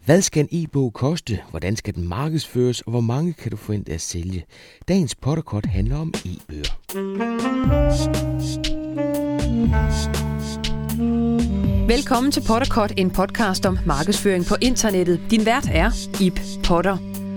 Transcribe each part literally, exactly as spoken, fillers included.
Hvad skal en e-bog koste? Hvordan skal den markedsføres? Og hvor mange kan du forvente at sælge? Dagens Potterkort handler om e-bøger. Velkommen til Potterkort, en podcast om markedsføring på internettet. Din vært er Ib Potter.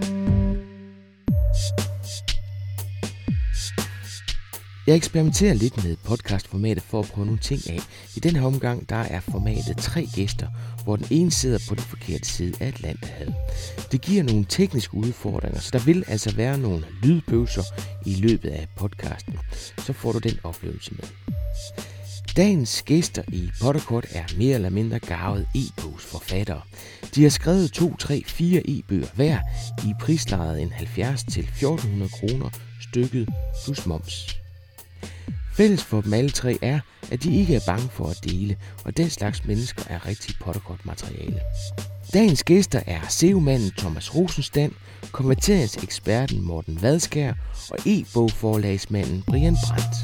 Jeg eksperimenterer lidt med podcastformatet for at prøve nogle ting af. I den her omgang der er formatet tre gæster, hvor den ene sidder på den forkerte side af Atlanterhavet. Det giver nogle tekniske udfordringer, så der vil altså være nogle lydbøvser i løbet af podcasten. Så får du den oplevelse med. Dagens gæster i Potterkort er mere eller mindre garvede e-bogsforfattere. De har skrevet to, tre, fire e-bøger hver i prislejet en halvfjerds til fjorten hundrede kroner stykket plus moms. Fælles for dem alle tre er, at de ikke er bange for at dele, og den slags mennesker er rigtig Potterkort-materiale. Dagens gæster er S E O-manden Thomas Rosenstand, konverteringseksperten Morten Vadskær og e-bogforlagsmanden Brian Brandt.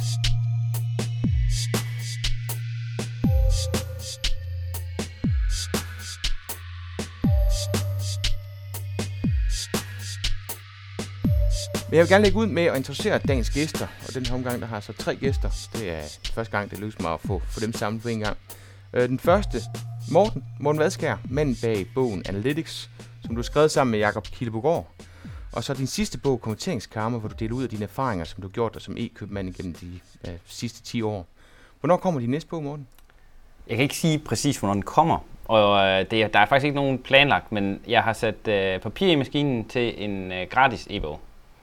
Men jeg vil gerne lægge ud med at introducere dagens gæster, og den her omgang, der har så tre gæster. Det er første gang, det lykkedes mig at få, få dem samlet på en gang. Øh, den første, Morten, Morten Vadskær, manden bag bogen Analytics, som du har skrevet sammen med Jakob Kildebogård. Og så din sidste bog, Konverteringskarma, hvor du deler ud af dine erfaringer, som du har gjort dig som e-købmand gennem de øh, sidste ti år. Hvornår kommer din næste bog, Morten? Jeg kan ikke sige præcis, hvornår den kommer, og øh, det, der er faktisk ikke nogen planlagt, men jeg har sat øh, papir i maskinen til en øh, gratis e-bog.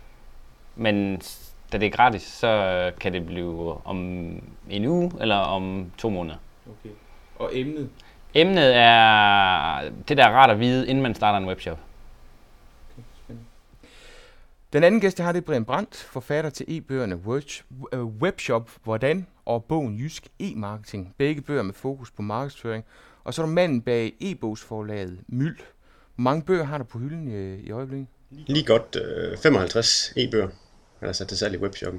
Men da det er gratis, så kan det blive om en uge eller om to måneder. Okay. Og emnet? Emnet er det, der er rart at vide, inden man starter en webshop. Okay, spændende. Den anden gæst, jeg har, det er Brian Brandt, forfatter til e-bøgerne Webshop Hvordan og bogen Jysk e-marketing. Begge bøger med fokus på markedsføring. Og så er der manden bag e-bogsforlaget Myld. Hvor mange bøger har du på hylden i, i øjeblikket? Lige godt øh, femoghalvtreds e-bøger, der er sat til salg i webshoppen.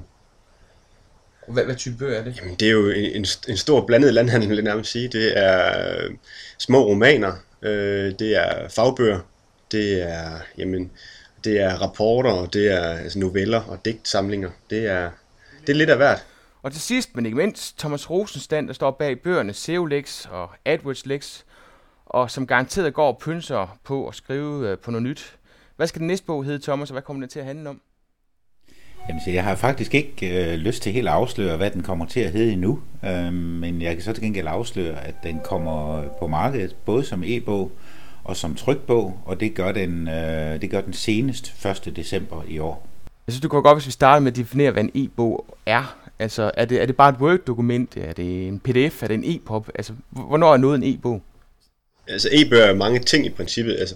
Hvad, hvad type bøger er det? Jamen, det er jo en, en stor blandet landhandel, vil jeg nærmest sige. Det er øh, små romaner, øh, det er fagbøger, det er, jamen, det er rapporter, det er altså noveller og digtsamlinger. Det er, det er lidt af hvert. Og til sidst, men ikke mindst, Thomas Rosenstand, der står bag bøgerne S E O-Lex og AdWords-Lex, og som garanteret går og pynser på at skrive øh, på noget nyt. Hvad skal den næste bog hedde, Thomas, og hvad kommer den til at handle om? Jamen, så jeg har faktisk ikke øh, lyst til helt at afsløre, hvad den kommer til at hedde endnu. Øh, men jeg kan så til gengæld afsløre, at den kommer på markedet, både som e-bog og som trykbog, og det gør den, øh, det gør den senest første december i år. Jeg synes, det kunne godt, hvis vi starter med at definere, hvad en e-bog er. Altså, er det, er det bare et Word-dokument? Er det en P D F? Er det en e-pub? Altså, hvornår er noget en e-bog? Altså, e-bøger er mange ting i princippet. Altså,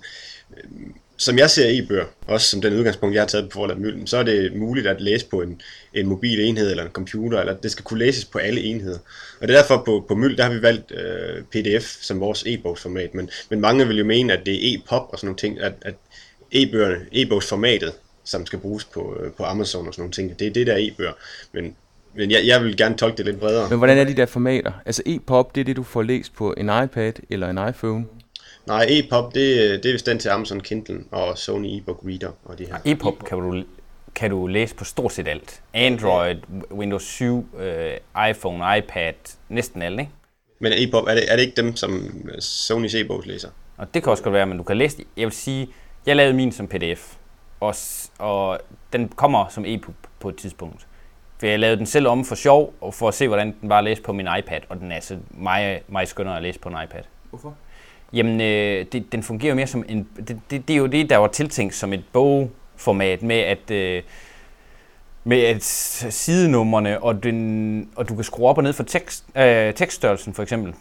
som jeg ser e-bøger, også som den udgangspunkt, jeg har taget på forlaget Møllen, så er det muligt at læse på en, en mobil enhed eller en computer, eller det skal kunne læses på alle enheder. Og det er derfor på, på Møl, der har vi valgt øh, P D F som vores e-bogsformat, men, men mange vil jo mene, at det er e-pub og sådan nogle ting, at, at e-bøgerne, e-bogsformatet, som skal bruges på, øh, på Amazon og sådan nogle ting, det er det, der er e-bøger. Men, men jeg, jeg vil gerne tolke det lidt bredere. Men hvordan er de der formater? Altså e-pub, det er det, du får læst på en iPad eller en iPhone? Nej, e-pub, det, det er bestemt til Amazon Kindle og Sony e-book Reader og de her. E-pub kan du, kan du læse på stort set alt. Android, Windows syv, øh, iPhone, iPad, næsten alt, ikke? Men e-pub, er det, er det ikke dem, som Sonys e-bogs læser? Og det kan også godt være, men du kan læse det. Jeg vil sige, jeg lavede min som P D F, og, og den kommer som e-pub på et tidspunkt. For jeg lavede den selv om for sjov, og for at se, hvordan den var at læse på min iPad, og den er altså meget, meget skønnere at læse på en iPad. Hvorfor? Jamen, øh, det, den fungerer jo mere som en... Det, det, det er jo det, der var tiltænkt som et bogformat med, at, øh, med at sidenummerne, og, den, og du kan skrue op og ned for tekst, øh, tekststørrelsen for eksempel,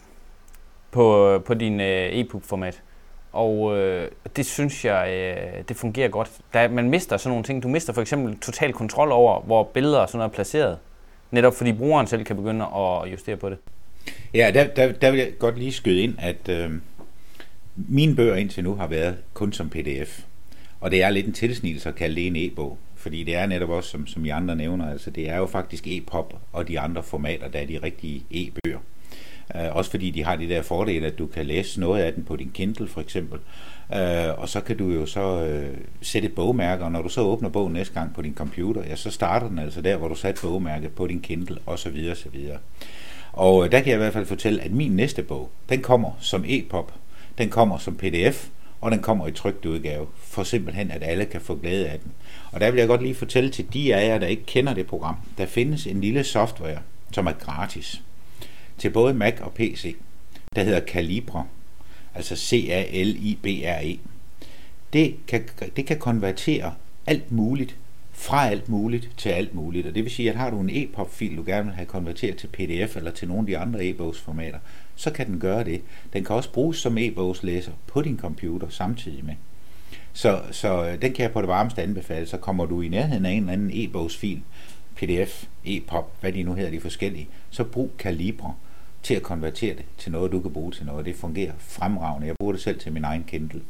på, på din øh, e-book-format. Og øh, det synes jeg, øh, det fungerer godt. Der, man mister sådan nogle ting. Du mister for eksempel total kontrol over, hvor billeder og sådan noget er placeret. Netop fordi brugeren selv kan begynde at justere på det. Ja, der, der, der vil jeg godt lige skyde ind, at øh, mine bøger indtil nu har været kun som P D F. Og det er lidt en tilsnigelse at kalde det en e-bog. Fordi det er netop også, som, som I andre nævner, altså det er jo faktisk e-pub og de andre formater, der er de rigtige e-bøger. Uh, også fordi de har de der fordele, at du kan læse noget af den på din Kindle for eksempel. Uh, og så kan du jo så uh, sætte et bogmærke, og når du så åbner bogen næste gang på din computer, ja, så starter den altså der, hvor du satte bogmærket på din Kindle, osv. osv. Og uh, der kan jeg i hvert fald fortælle, at min næste bog, den kommer som e-pub, den kommer som P D F, og den kommer i trykt udgave, for simpelthen at alle kan få glæde af den. Og der vil jeg godt lige fortælle til de af jer, der ikke kender det program, der findes en lille software, som er gratis, til både Mac og P C, der hedder Calibre, altså C A L I B R E. Det kan, det kan konvertere alt muligt, fra alt muligt til alt muligt, og det vil sige, at har du en e-pub-fil, du gerne vil have konverteret til P D F eller til nogle af de andre e-bogsformater, så kan den gøre det. Den kan også bruges som e-bogslæser på din computer samtidig med. Så, så den kan jeg på det varmeste anbefale. Så kommer du i nærheden af en eller anden e-bogsfil, P D F, e-pub, hvad de nu hedder, de forskellige, så brug Calibre til at konvertere det til noget, du kan bruge til noget. Det fungerer fremragende. Jeg bruger det selv til min egen Kindle.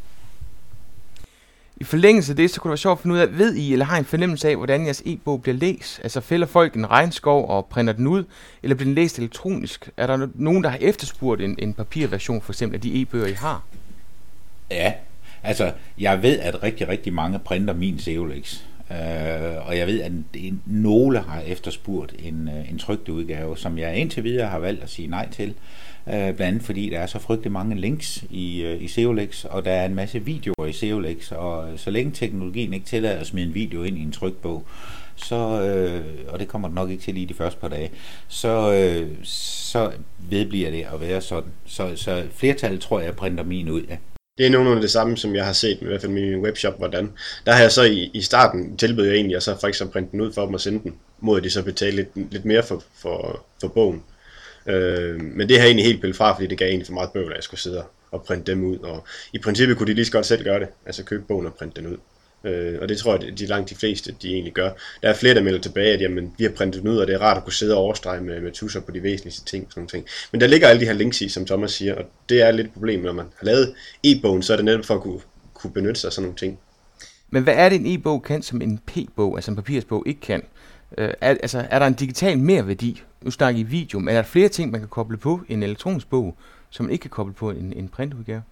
I forlængelse af det, så kunne det være sjovt at finde ud af, ved I eller har en fornemmelse af, hvordan jeres e-bog bliver læst? Altså fælder folk en regnskov og printer den ud, eller bliver den læst elektronisk? Er der nogen, der har efterspurgt en, en papirversion for eksempel af de e-bøger, I har? Ja, altså jeg ved, at rigtig, rigtig mange printer min Zeolix. Uh, og jeg ved, at en, nogle har efterspurgt en, en trygt udgave, som jeg indtil videre har valgt at sige nej til. Uh, blandt andet fordi der er så frygtelig mange links i, uh, i Zeolix, og der er en masse videoer i Zeolix, og så længe teknologien ikke tillader at smide en video ind i en trykt bog, så, uh, og det kommer nok ikke til lige de første par dage, så, uh, så vedbliver det at være sådan. Så, så flertallet tror jeg printer min ud af. Det er nogenlunde det samme, som jeg har set, i hvert fald min webshop, hvordan. Der har jeg så i, i starten tilbød jeg egentlig, at så faktisk at printe den ud for dem og sende den, mod at de så betalte lidt, lidt mere for, for, for bogen. Øh, men det har jeg egentlig helt pillet fra, fordi det gav egentlig for meget bøvl, at jeg skulle sidde og printe dem ud. Og i princippet kunne de lige så godt selv gøre det, altså købe bogen og printe den ud. Øh, og det tror jeg, at de langt de fleste, de egentlig gør. Der er flere, der melder tilbage, at jamen, vi har printet den ud, og det er rart at kunne sidde og overstrege med, med tusser på de væsentligste ting. Sådan ting. Men der ligger alle de her links i, som Thomas siger, og det er lidt et problem, når man har lavet e-bogen, så er det netop for at kunne, kunne benytte sig af sådan nogle ting. Men hvad er det, en e-bog kan, som en p-bog, altså en papirsbog, ikke kan? Øh, er, altså, er der en digital merværdi? Nu snakker I video, men er der flere ting, man kan koble på en elektronisk bog, som man ikke kan koble på en, en printudgave?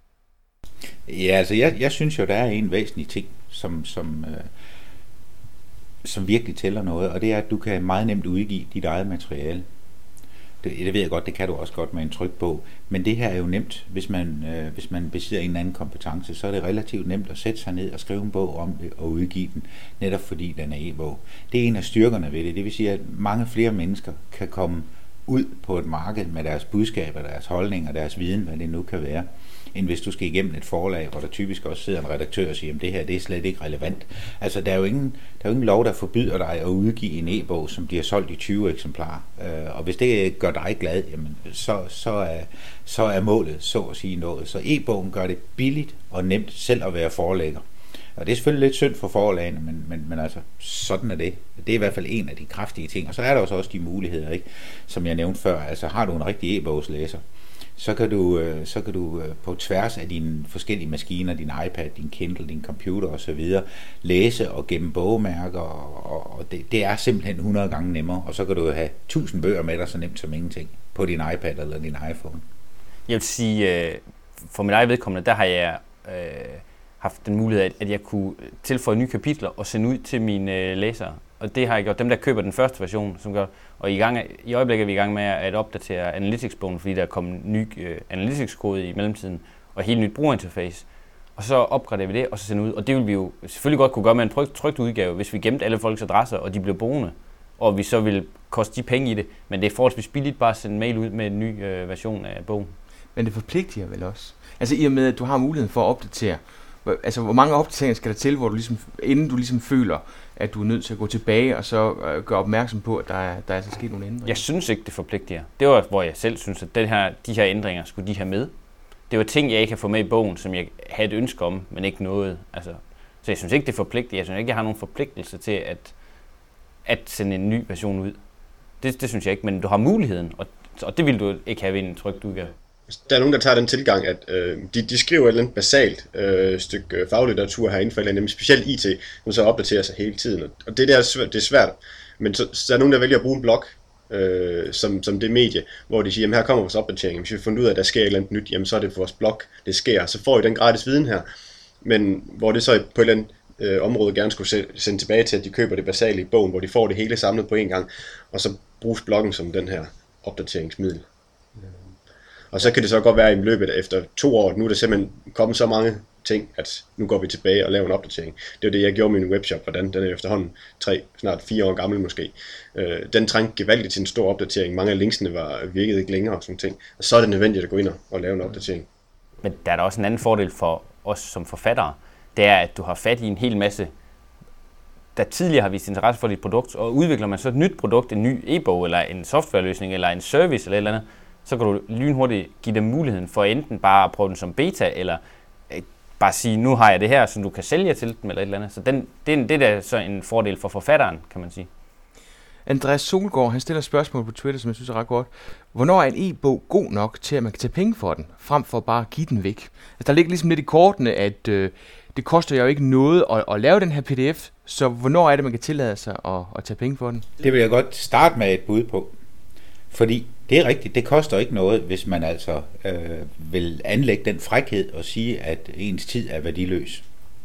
Ja, altså jeg, jeg synes jo, der er en væsentlig ting, som, som, øh, som virkelig tæller noget, og det er, at du kan meget nemt udgive dit eget materiale. Det, det ved jeg godt, det kan du også godt med en trykt bog, men det her er jo nemt, hvis man, øh, hvis man besidder en anden kompetence, så er det relativt nemt at sætte sig ned og skrive en bog om det og udgive den, netop fordi den er e-bog. Det er en af styrkerne ved det, det vil sige, at mange flere mennesker kan komme ud på et marked med deres budskaber, deres holdninger, deres viden, hvad det nu kan være, end hvis du skal igennem et forlag, hvor der typisk også sidder en redaktør og siger, at det her det er slet ikke relevant. Altså, der er jo ingen, der er jo ingen lov, der forbyder dig at udgive en e-bog, som bliver solgt i tyve eksemplarer. Og hvis det gør dig glad, jamen, så, så, er, så er målet, så at sige, noget. Så e-bogen gør det billigt og nemt selv at være forlægger. Og det er selvfølgelig lidt synd for forlagene, men, men, men altså, sådan er det. Det er i hvert fald en af de kraftige ting. Og så er der også de muligheder, ikke? Som jeg nævnte før. Altså, har du en rigtig e-bogslæser, så kan du, så kan du på tværs af dine forskellige maskiner, din iPad, din Kindle, din computer osv., læse og gemme bogmærker, og, og det, det er simpelthen hundrede gange nemmere. Og så kan du have tusind bøger med dig så nemt som ingenting på din iPad eller din iPhone. Jeg vil sige, for mit eget vedkommende, der har jeg øh, haft den mulighed, at jeg kunne tilføje nye kapitler og sende ud til mine læsere. Og det har jeg gjort. Dem, der køber den første version, som gør, og i, gang, i øjeblikket er vi i gang med at opdatere Analytics-bogen, fordi der er kommet ny øh, Analytics-kode i mellemtiden, og helt nyt brugerinterface. Og så opgraderer vi det, og så sender ud. Og det vil vi jo selvfølgelig godt kunne gøre med en trygt udgave, hvis vi gemte alle folks adresser, og de blev boende, og vi så vil koste de penge i det. Men det er forholdsvis billigt bare at sende mail ud med en ny øh, version af bogen. Men det forpligter vel også? Altså i og med, at du har muligheden for at opdatere, altså hvor mange opdateringer skal der til, hvor du ligesom, inden du ligesom føler, at du er nødt til at gå tilbage og så øh, gøre opmærksom på, at der er, der er altså sket nogle ændringer? Jeg synes ikke, det forpligter. Det var, hvor jeg selv synes, at den her, de her ændringer skulle de have med. Det var ting, jeg ikke har fået med i bogen, som jeg havde et ønske om, men ikke noget. Altså, så jeg synes ikke, det forpligter. Jeg synes ikke, jeg har nogen forpligtelse til at, at sende en ny version ud. Det, det synes jeg ikke, men du har muligheden, og, og det vil du ikke have ved en trykt udgave. Der er nogen, der tager den tilgang, at øh, de, de skriver et eller andet basalt øh, stykke øh, faglitteratur herinde for, nemlig specielt I T, som så opdaterer sig hele tiden. Og det der det er svært, men så, så er der nogen, der vælger at bruge en blog øh, som, som det medie, hvor de siger, jamen her kommer vores opdatering. Hvis vi har fundet ud af, at der sker et eller andet nyt, jamen så er det for vores blog, det sker. Så får I den gratis viden her. Men hvor det så på et eller andet øh, område gerne skulle sende tilbage til, at de køber det basale i bogen, hvor de får det hele samlet på en gang, og så bruges bloggen som den her opdateringsmiddel. Og så kan det så godt være i løbet af efter to år, nu er der simpelthen kommet så mange ting, at nu går vi tilbage og laver en opdatering. Det var det, jeg gjorde med min webshop, hvordan den er efterhånden tre, snart fire år gammel måske. Øh, den trængte gevaldigt til en stor opdatering. Mange af linksene var virkede ikke længere og sådan ting. Og så er det nødvendigt at gå ind og lave en opdatering. Men der er der også en anden fordel for os som forfattere. Det er, at du har fat i en hel masse, der tidligere har vist interesse for dit produkt, og udvikler man så et nyt produkt, en ny e-bog, eller en softwareløsning, eller en service, eller et eller andet, så kan du lynhurtigt give dem muligheden for enten bare at prøve den som beta, eller øh, bare sige, nu har jeg det her, så du kan sælge til dem, eller et eller andet. Så den, det, det er så en fordel for forfatteren, kan man sige. Andreas Solgaard, han stiller spørgsmål på Twitter, som jeg synes er ret godt. Hvornår er en e-bog god nok til, at man kan tage penge for den, frem for bare at give den væk? Altså, der ligger ligesom lidt i kortene, at øh, det koster jo ikke noget at, at lave den her pdf, så hvornår er det, man kan tillade sig at, at tage penge for den? Det vil jeg godt starte med et bud på. Fordi det er rigtigt, det koster ikke noget, hvis man altså øh, vil anlægge den frækhed og sige, at ens tid er værdiløs.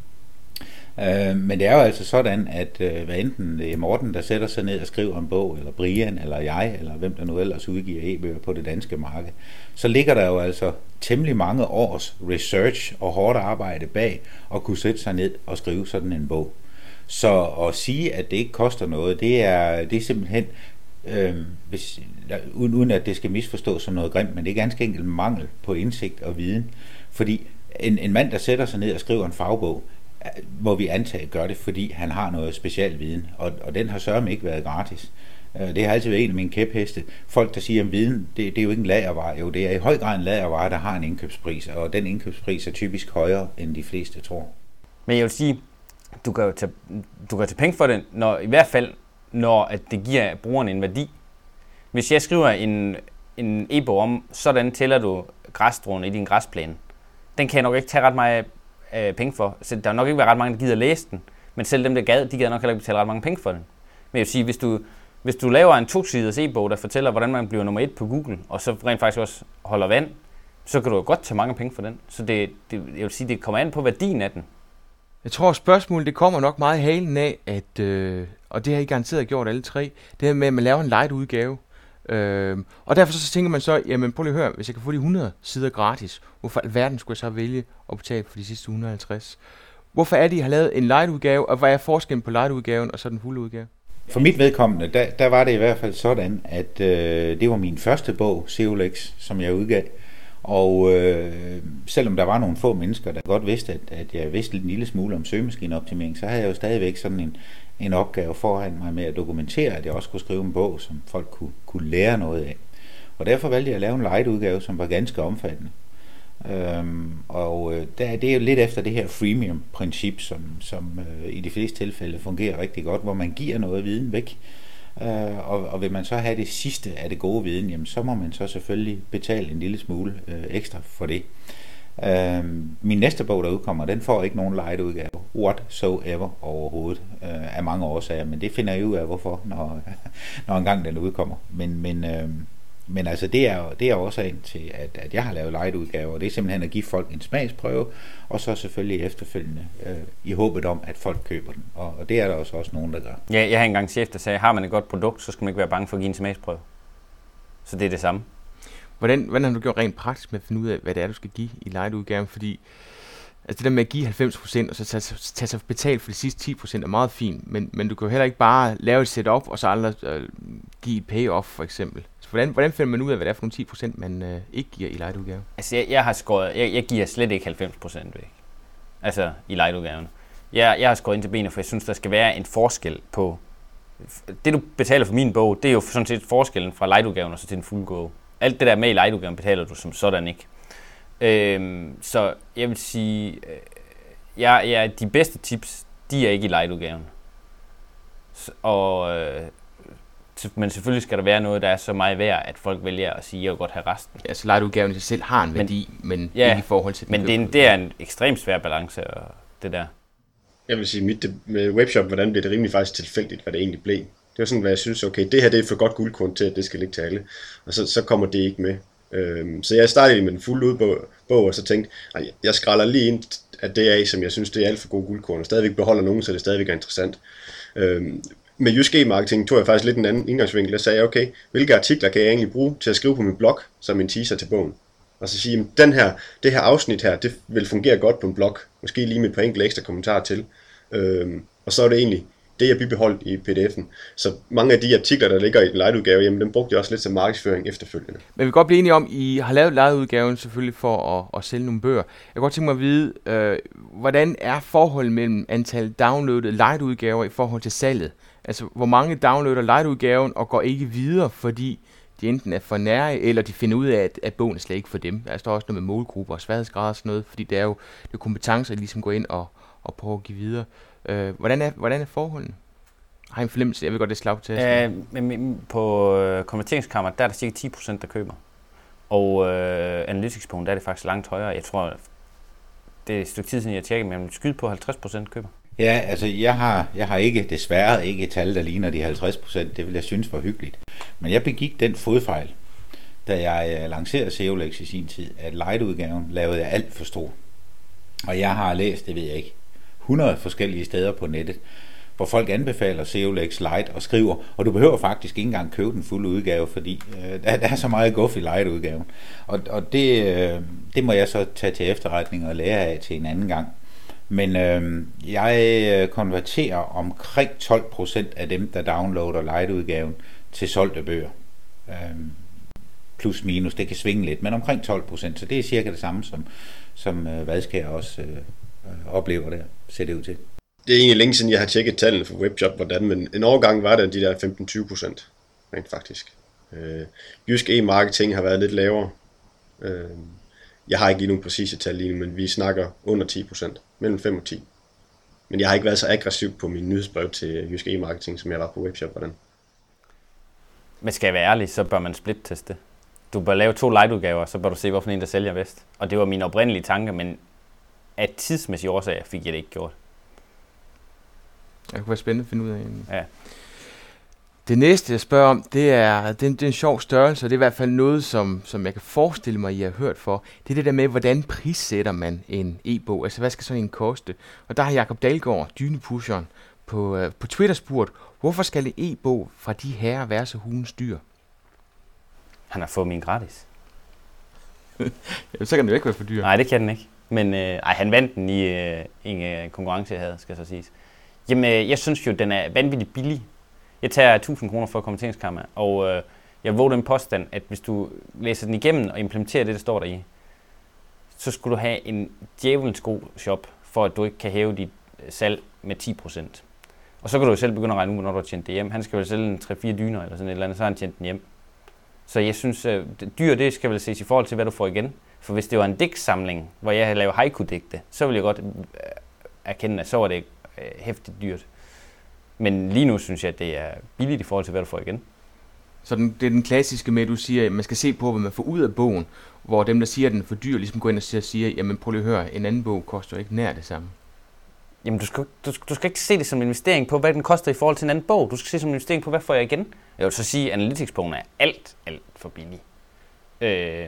Øh, men det er jo altså sådan, at øh, hvad enten det er Morten, der sætter sig ned og skriver en bog, eller Brian, eller jeg, eller hvem der nu ellers udgiver e-bøger på det danske marked, så ligger der jo altså temmelig mange års research og hårdt arbejde bag at kunne sætte sig ned og skrive sådan en bog. Så at sige, at det ikke koster noget, det er, det er simpelthen, øh, hvis, uden, uden at det skal misforstås som noget grimt, men det er ganske enkelt mangel på indsigt og viden. Fordi en, en mand, der sætter sig ned og skriver en fagbog, må vi antage gør det, fordi han har noget speciel viden, og, og den har sørme ikke været gratis. Det har altid været en af mine kæpheste. Folk, der siger, at viden, det, det er jo ikke en lagervare. Jo, det er i høj grad en lagervare, der har en indkøbspris, og den indkøbspris er typisk højere, end de fleste tror. Men jeg vil sige, du kan jo tage, du kan tage penge for det, når, i hvert fald, når at det giver brugeren en værdi. Hvis jeg skriver en, en e-bog om, sådan tæller du græsstråen i din græsplæne. Den kan jeg nok ikke tage ret meget penge for. Så der er nok ikke være ret mange, der gider læse den, men selv dem, der gad, de gider nok heller ikke betale ret mange penge for den. Men jeg vil sige, hvis du, hvis du laver en to-siders e-bog, der fortæller, hvordan man bliver nummer et på Google, og så rent faktisk også holder vand, så kan du jo godt tage mange penge for den. Så det, det, jeg vil sige, det kommer an på værdien af den. Jeg tror, spørgsmålet det kommer nok meget i halen af, at, øh, og det har I garanteret gjort alle tre, det her med, at man laver en light udgave. Øh, og derfor så tænker man så, jamen prøv lige at høre, hvis jeg kan få de hundrede sider gratis, hvorfor alverden skulle jeg så vælge at betale for de sidste et hundrede og halvtreds? Hvorfor er det, I har lavet en light udgave, og hvad er forskellen på light udgaven og så den fulde udgave? For mit vedkommende, der, der var det i hvert fald sådan, at øh, det var min første bog, Seolex, som jeg udgav. Og øh, selvom der var nogle få mennesker, der godt vidste, at, at jeg vidste en lille smule om søgemaskineoptimering, så havde jeg jo stadigvæk sådan en, en opgave foran mig med at dokumentere, at jeg også kunne skrive en bog, som folk kunne, kunne lære noget af. Og derfor valgte jeg at lave en light udgave, som var ganske omfattende. Øhm, og øh, der, det er jo lidt efter det her freemium-princip, som, som øh, i de fleste tilfælde fungerer rigtig godt, hvor man giver noget viden væk. Uh, og, og vil man så have det sidste af det gode viden, jamen, så må man så selvfølgelig betale en lille smule uh, ekstra for det. Uh, min næste bog, der udkommer, den får ikke nogen light udgave, whatsoever overhovedet, uh, af mange årsager, men det finder jeg ud af, hvorfor, når, når engang den udkommer. Men, men, uh, men altså, det er, det er årsagen til, at, at jeg har lavet light udgaver, og det er simpelthen at give folk en smagsprøve, og så selvfølgelig efterfølgende øh, i håbet om, at folk køber den. Og, og det er der også, også nogen, der gør. Ja, jeg har engang en chef, der sagde, har man et godt produkt, så skal man ikke være bange for at give en smagsprøve. Så det er det samme. Hvordan, hvordan har du gjort rent praktisk med at finde ud af, hvad det er, du skal give i light-udgaven? Fordi altså det der med at give halvfems procent, og så tage, tage sig betalt for de sidste ti procent er meget fint, men, men du kan jo heller ikke bare lave et setup, og så aldrig øh, give et payoff, for eksempel. Så hvordan, hvordan finder man ud af, hvad det er for nogle ti procent, man øh, ikke giver i light-udgaven? Altså, jeg, jeg har skåret, jeg, jeg giver slet ikke halvfems procent væk. Altså, i light-udgaven. Jeg, jeg har skåret ind til benet, for jeg synes, der skal være en forskel på... Det, du betaler for min bog, det er jo sådan set forskellen fra light-udgaven og så til den fuldgående. Alt det der med i light-udgaven betaler du som sådan ikke. Øhm, så jeg vil sige, øh, jeg, jeg, de bedste tips, de er ikke i light-udgaven. Og, øh, men selvfølgelig skal der være noget, der er så meget værd, at folk vælger at sige, at jeg vil godt have resten. Ja, så light-udgaven i sig selv har en værdi, men, men ja, ikke i forhold til den. Men det er, en, det er en ekstremt svær balance, og det der. Jeg vil sige, mit med webshop, hvordan blev det rimelig faktisk tilfældigt, hvad det egentlig blev. Det var sådan, hvad jeg synes, okay, det her det er for godt guldkorn til, at det skal ligge til alle. Og så, så kommer det ikke med. Øhm, så jeg startede med den fulde udbog, og så tænkte, nej, jeg skræller lige ind af det af, som jeg synes, det er alt for gode guldkorn, og stadigvæk beholder nogen, så det stadigvæk er interessant. Øhm, med Jysk E-marketing tog jeg faktisk lidt en anden indgangsvinkel, og sagde, okay, hvilke artikler kan jeg egentlig bruge til at skrive på min blog, som en teaser til bogen? Og så sige, den her, det her afsnit her, det vil fungere godt på en blog, måske lige med et par enkelte ekstra kommentarer til. Øhm, og så er det egentlig det, jeg bibeholdt i P D F'en. Så mange af de artikler, der ligger i den light-udgave, jamen dem brugte jeg også lidt som markedsføring efterfølgende. Men vi kan godt blive enige om, I har lavet light-udgaven selvfølgelig for at, at sælge nogle bøger. Jeg kan godt tænke mig at vide, øh, hvordan er forholdet mellem antal downloadede light-udgaver i forhold til salget? Altså, hvor mange downloader light-udgaven og går ikke videre, fordi de enten er for nære, eller de finder ud af, at, at bogen er slet ikke for dem. Der står også noget med målgrupper og sværhedsgrader og sådan noget, fordi det er jo det er kompetencer, der ligesom går ind og, og prøver at give videre. Øh, hvordan, er, hvordan er forholdene? Har I en fornemmelse? Jeg vil godt det slag til. Øh, men på øh, konverteringskammeret, der er der cirka ti procent, der køber. Og øh, Analytics-bogen, der er det faktisk langt højere. Jeg tror, det er et stykke tid siden, jeg tjekkede, men skyde på halvtreds procent køber. Ja, altså jeg har, jeg har ikke, desværre ikke et tal, der ligner de halvtreds procent. Det vil jeg synes var hyggeligt. Men jeg begik den fodfejl, da jeg lancerede S E O Lex i sin tid, at light-udgaven lavede jeg alt for stor. Og jeg har læst, det ved jeg ikke, hundrede forskellige steder på nettet, hvor folk anbefaler S E O Lex Light og skriver, og du behøver faktisk ikke engang købe den fulde udgave, fordi øh, der, der er så meget guf i light-udgaven. Og, og det, øh, det må jeg så tage til efterretning og lære af til en anden gang. Men øh, jeg konverterer omkring tolv procent af dem, der downloader light-udgaven til solgte bøger. Øh, plus minus, det kan svinge lidt, men omkring tolv procent, så det er cirka det samme, som, som øh, Vadskær også øh, oplever der, ser det ud til. Det er egentlig længe siden, jeg har tjekket tallene for Webjob, hvordan, men en årgang var der de der femten til tyve procent, rent faktisk. Øh, Jysk E-marketing har været lidt lavere. Øh, jeg har ikke lige nogen præcise tal lige nu, men vi snakker under ti procent, mellem fem og ti. Men jeg har ikke været så aggressiv på min nyhedsbrev til Jysk E-marketing, som jeg var på Webshop. Hvordan? Men skal jeg være ærlig, så bør man split-teste. Du bør lave to light-udgaver, så bør du se, hvorfor en der sælger bedst. Og det var min oprindelige tanke, men af tidsmæssige årsager fik jeg det ikke gjort. Det kunne være spændende at finde ud af. Ja. Det næste, jeg spørger om, det er, det er, det er en sjov størrelse, og det er i hvert fald noget, som, som jeg kan forestille mig, I har hørt for. Det er det der med, hvordan prissætter man en e-bog. Altså, hvad skal sådan en koste? Og der har Jakob Dalgaard, dynepusheren, på, uh, på Twitter spurgt, hvorfor skal en e-bog fra de herrer være så hulens dyr? Han har fået min gratis. Jamen, så kan den jo ikke være for dyr. Nej, det kan den ikke. Men øh, ej, han vandt den i øh, en øh, konkurrence, jeg havde, skal så siges. Jamen, øh, jeg synes jo, den er vanvittigt billig. Jeg tager tusind kroner for konverteringskammer, og øh, jeg vågte en påstand, at hvis du læser den igennem og implementerer det, der står der i, så skulle du have en djævelens god shop, for at du ikke kan hæve dit salg med ti procent. Og så kan du jo selv begynde at regne ud, når du har tjent det hjem. Han skal jo sælge en tre fire dyner eller sådan et eller andet, så har han tjent den hjem. Så jeg synes, at dyr, det skal vel ses i forhold til, hvad du får igen. For hvis det var en digtsamling, hvor jeg havde lavet haiku-digte, så ville jeg godt erkende, at så var det hæftigt dyrt. Men lige nu synes jeg, at det er billigt i forhold til, hvad du får igen. Så den, det er den klassiske med, at du siger, at man skal se på, hvad man får ud af bogen, hvor dem, der siger, at den er for dyr, ligesom går ind og siger, siger jamen prøv lige at høre, en anden bog koster ikke nær det samme. Jamen du skal, du, du skal ikke se det som en investering på, hvad den koster i forhold til en anden bog. Du skal se det som en investering på, hvad får jeg igen. Jeg vil så sige, at Analytics-bogen er alt, alt for billig. Øh...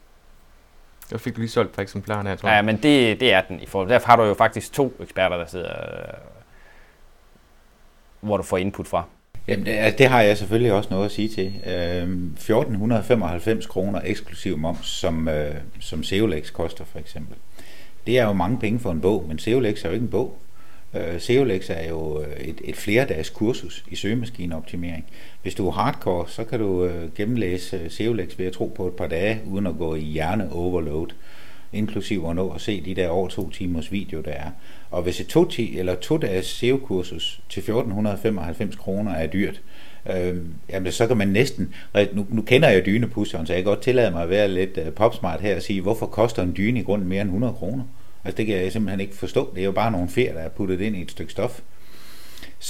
Jeg fik du lige solgt på eksemplaren her, tror jeg. Ja, men det, det er den i forhold. Derfor har du jo faktisk to eksperter, der sidder, hvor du får input fra. Jamen, det, det har jeg selvfølgelig også noget at sige til. Øhm, fjorten femoghalvfems kroner eksklusiv moms, som, øh, som S E O Lex koster for eksempel. Det er jo mange penge for en bog, men S E O Lex er jo ikke en bog. Øh, S E O Lex er jo et, et flerdages kursus i søgemaskineoptimering. Hvis du er hardcore, så kan du øh, gennemlæse S E O Lex ved at tro på et par dage, uden at gå i hjerne-overload, inklusiv at nå at se de der over to timers video, der er. Og hvis et to, ti, eller to dages S E O-kursus til fjorten femoghalvfems kroner er dyrt, øh, jamen så kan man næsten, nu, nu kender jeg dynepusheren, så jeg kan godt tillade mig at være lidt uh, popsmart her og sige, hvorfor koster en dyne i grunden mere end hundrede kroner? Altså det kan jeg simpelthen ikke forstå. Det er jo bare nogle fjer, der er puttet ind i et stykke stof. Så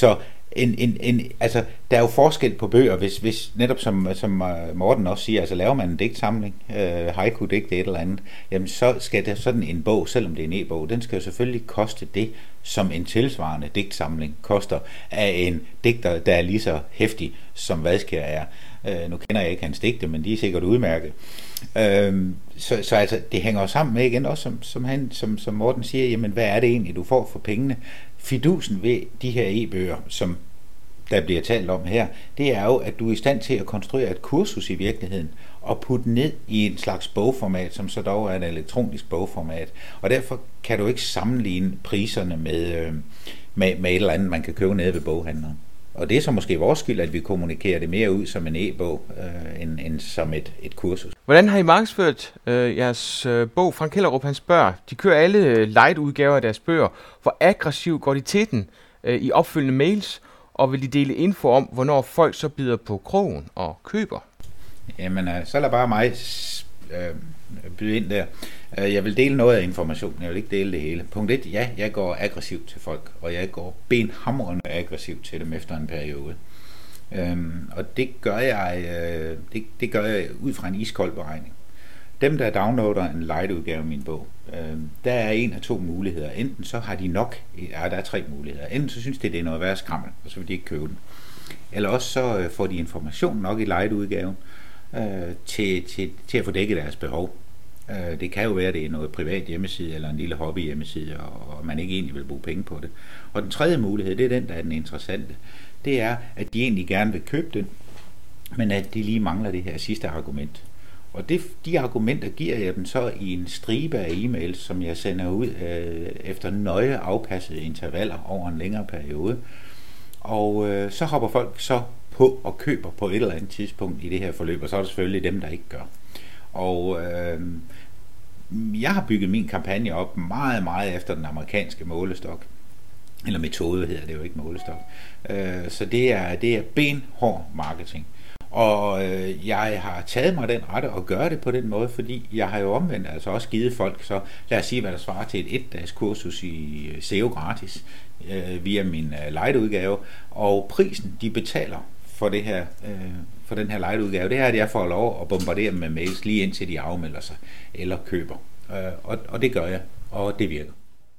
En, en, en, altså, der er jo forskel på bøger, hvis, hvis netop som, som Morten også siger, altså laver man en digtsamling, øh, haiku-digte et eller andet, jamen så skal der sådan en bog, selvom det er en e-bog, den skal jo selvfølgelig koste det, som en tilsvarende digtsamling koster af en digter, der er lige så heftig, som Vadskjær er. Øh, nu kender jeg ikke hans digte, men de er sikkert udmærket. Øh, så, så altså, det hænger jo sammen med igen, også som, som, han, som, som Morten siger, jamen hvad er det egentlig, du får for pengene? Fidusen ved de her e-bøger, som der bliver talt om her, det er jo, at du er i stand til at konstruere et kursus i virkeligheden, og putte ned i en slags bogformat, som så dog er et elektronisk bogformat. Og derfor kan du ikke sammenligne priserne med, med, med et eller andet, man kan købe nede ved boghandleren. Og det er så måske vores skyld, at vi kommunikerer det mere ud som en e-bog, øh, end, end som et, et kursus. Hvordan har I markedsført øh, jeres øh, bog? Frank Hellerup, han spørger, de kører alle light-udgaver af deres bøger. Hvor aggressivt går de til den øh, i opfølgende mails? Og vil de dele info om, hvornår folk så bider på krogen og køber? Jamen, så lad bare mig øh, byde ind der. Jeg vil dele noget af informationen, jeg vil ikke dele det hele. Punkt et, ja, jeg går aggressivt til folk, og jeg går benhamrende aggressivt til dem efter en periode. Øhm, og det gør jeg, øh, det, det gør jeg ud fra en iskold beregning. Dem, der downloader en light-udgave af min bog, øh, der er en af to muligheder. Enten så har de nok, ja, der er tre muligheder. Enten så synes de, det er noget værd skrammel, og så vil de ikke købe den. Eller også så øh, får de information nok i light-udgaven øh, til, til, til at få dækket deres behov. Øh, det kan jo være, at det er noget privat hjemmeside eller en lille hobby hjemmeside, og, og man ikke egentlig vil bruge penge på det. Og den tredje mulighed, det er den, der er den interessante. Det er, at de egentlig gerne vil købe den, men at de lige mangler det her sidste argument. Og det, de argumenter giver jeg dem så i en stribe af e-mails, som jeg sender ud øh, efter nøje afpassede intervaller over en længere periode. Og øh, så hopper folk så på og køber på et eller andet tidspunkt i det her forløb, og så er det selvfølgelig dem, der ikke gør. Og øh, jeg har bygget min kampagne op meget, meget efter den amerikanske målestok. Eller metode hedder det jo, ikke målestok. Øh, så det er, det er benhård marketing. Og øh, jeg har taget mig den rette at gøre det på den måde, fordi jeg har jo omvendt altså også givet folk, så lad os sige, hvad der svarer til et et-dages kursus i S E O gratis øh, via min øh, light-udgave, og prisen, de betaler for, det her, øh, for den her light-udgave, det er, at jeg får lov at bombardere dem med mails lige indtil de afmelder sig eller køber. Øh, og, og det gør jeg, og det virker.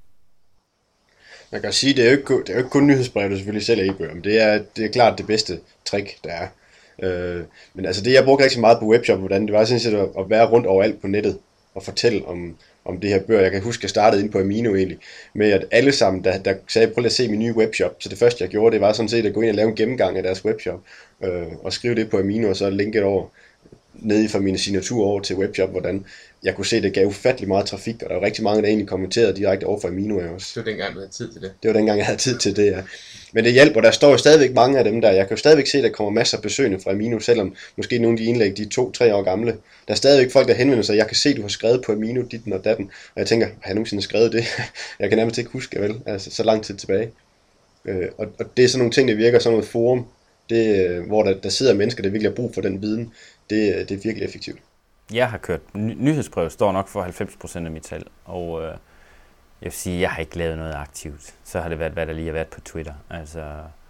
Man kan sige, det er jo ikke, det er jo ikke kun nyhedsbrev, du selvfølgelig sælger e-bøger, men det er, det er klart det bedste trick, der er. Øh, men altså det jeg brugte rigtig meget på webshop, hvordan det var sådan set at, at være rundt overalt på nettet og fortælle om, om det her bøger. Jeg kan huske, at jeg startede ind på Amino egentlig, med at alle sammen, der, der sagde, prøv at se min nye webshop. Så det første jeg gjorde, det var sådan set at gå ind og lave en gennemgang af deres webshop, øh, og skrive det på Amino, og så linke det over, ned fra mine signaturer over til webshop, hvordan jeg kunne se, at det gav ufattelig meget trafik, og der var rigtig mange, der egentlig kommenterede direkte over fra Amino også. Det var dengang, du havde tid til det. Det var dengang, jeg havde tid til det, ja. Men det hjælper, der står jo stadigvæk mange af dem der. Jeg kan jo stadigvæk se, at der kommer masser af besøgende fra Amino, selvom måske nogle af de indlæg, de er to-tre år gamle. Der er stadigvæk folk, der henvender sig. Jeg kan se, at du har skrevet på Amino ditten og datten. Og jeg tænker, har jeg nogensinde skrevet det? Jeg kan nærmest ikke huske, vel? Altså, så lang tid tilbage. Øh, og, og det er sådan nogle ting, der virker som et forum, det, hvor der, der sidder mennesker, der virkelig har brug for den viden. Det, det er virkelig effektivt. Jeg har kørt ny- nyhedsbrev, står nok for halvfems procent af mit salg, og øh, jeg vil sige, jeg har ikke lavet noget aktivt. Så har det været, hvad der lige har været på Twitter. Altså...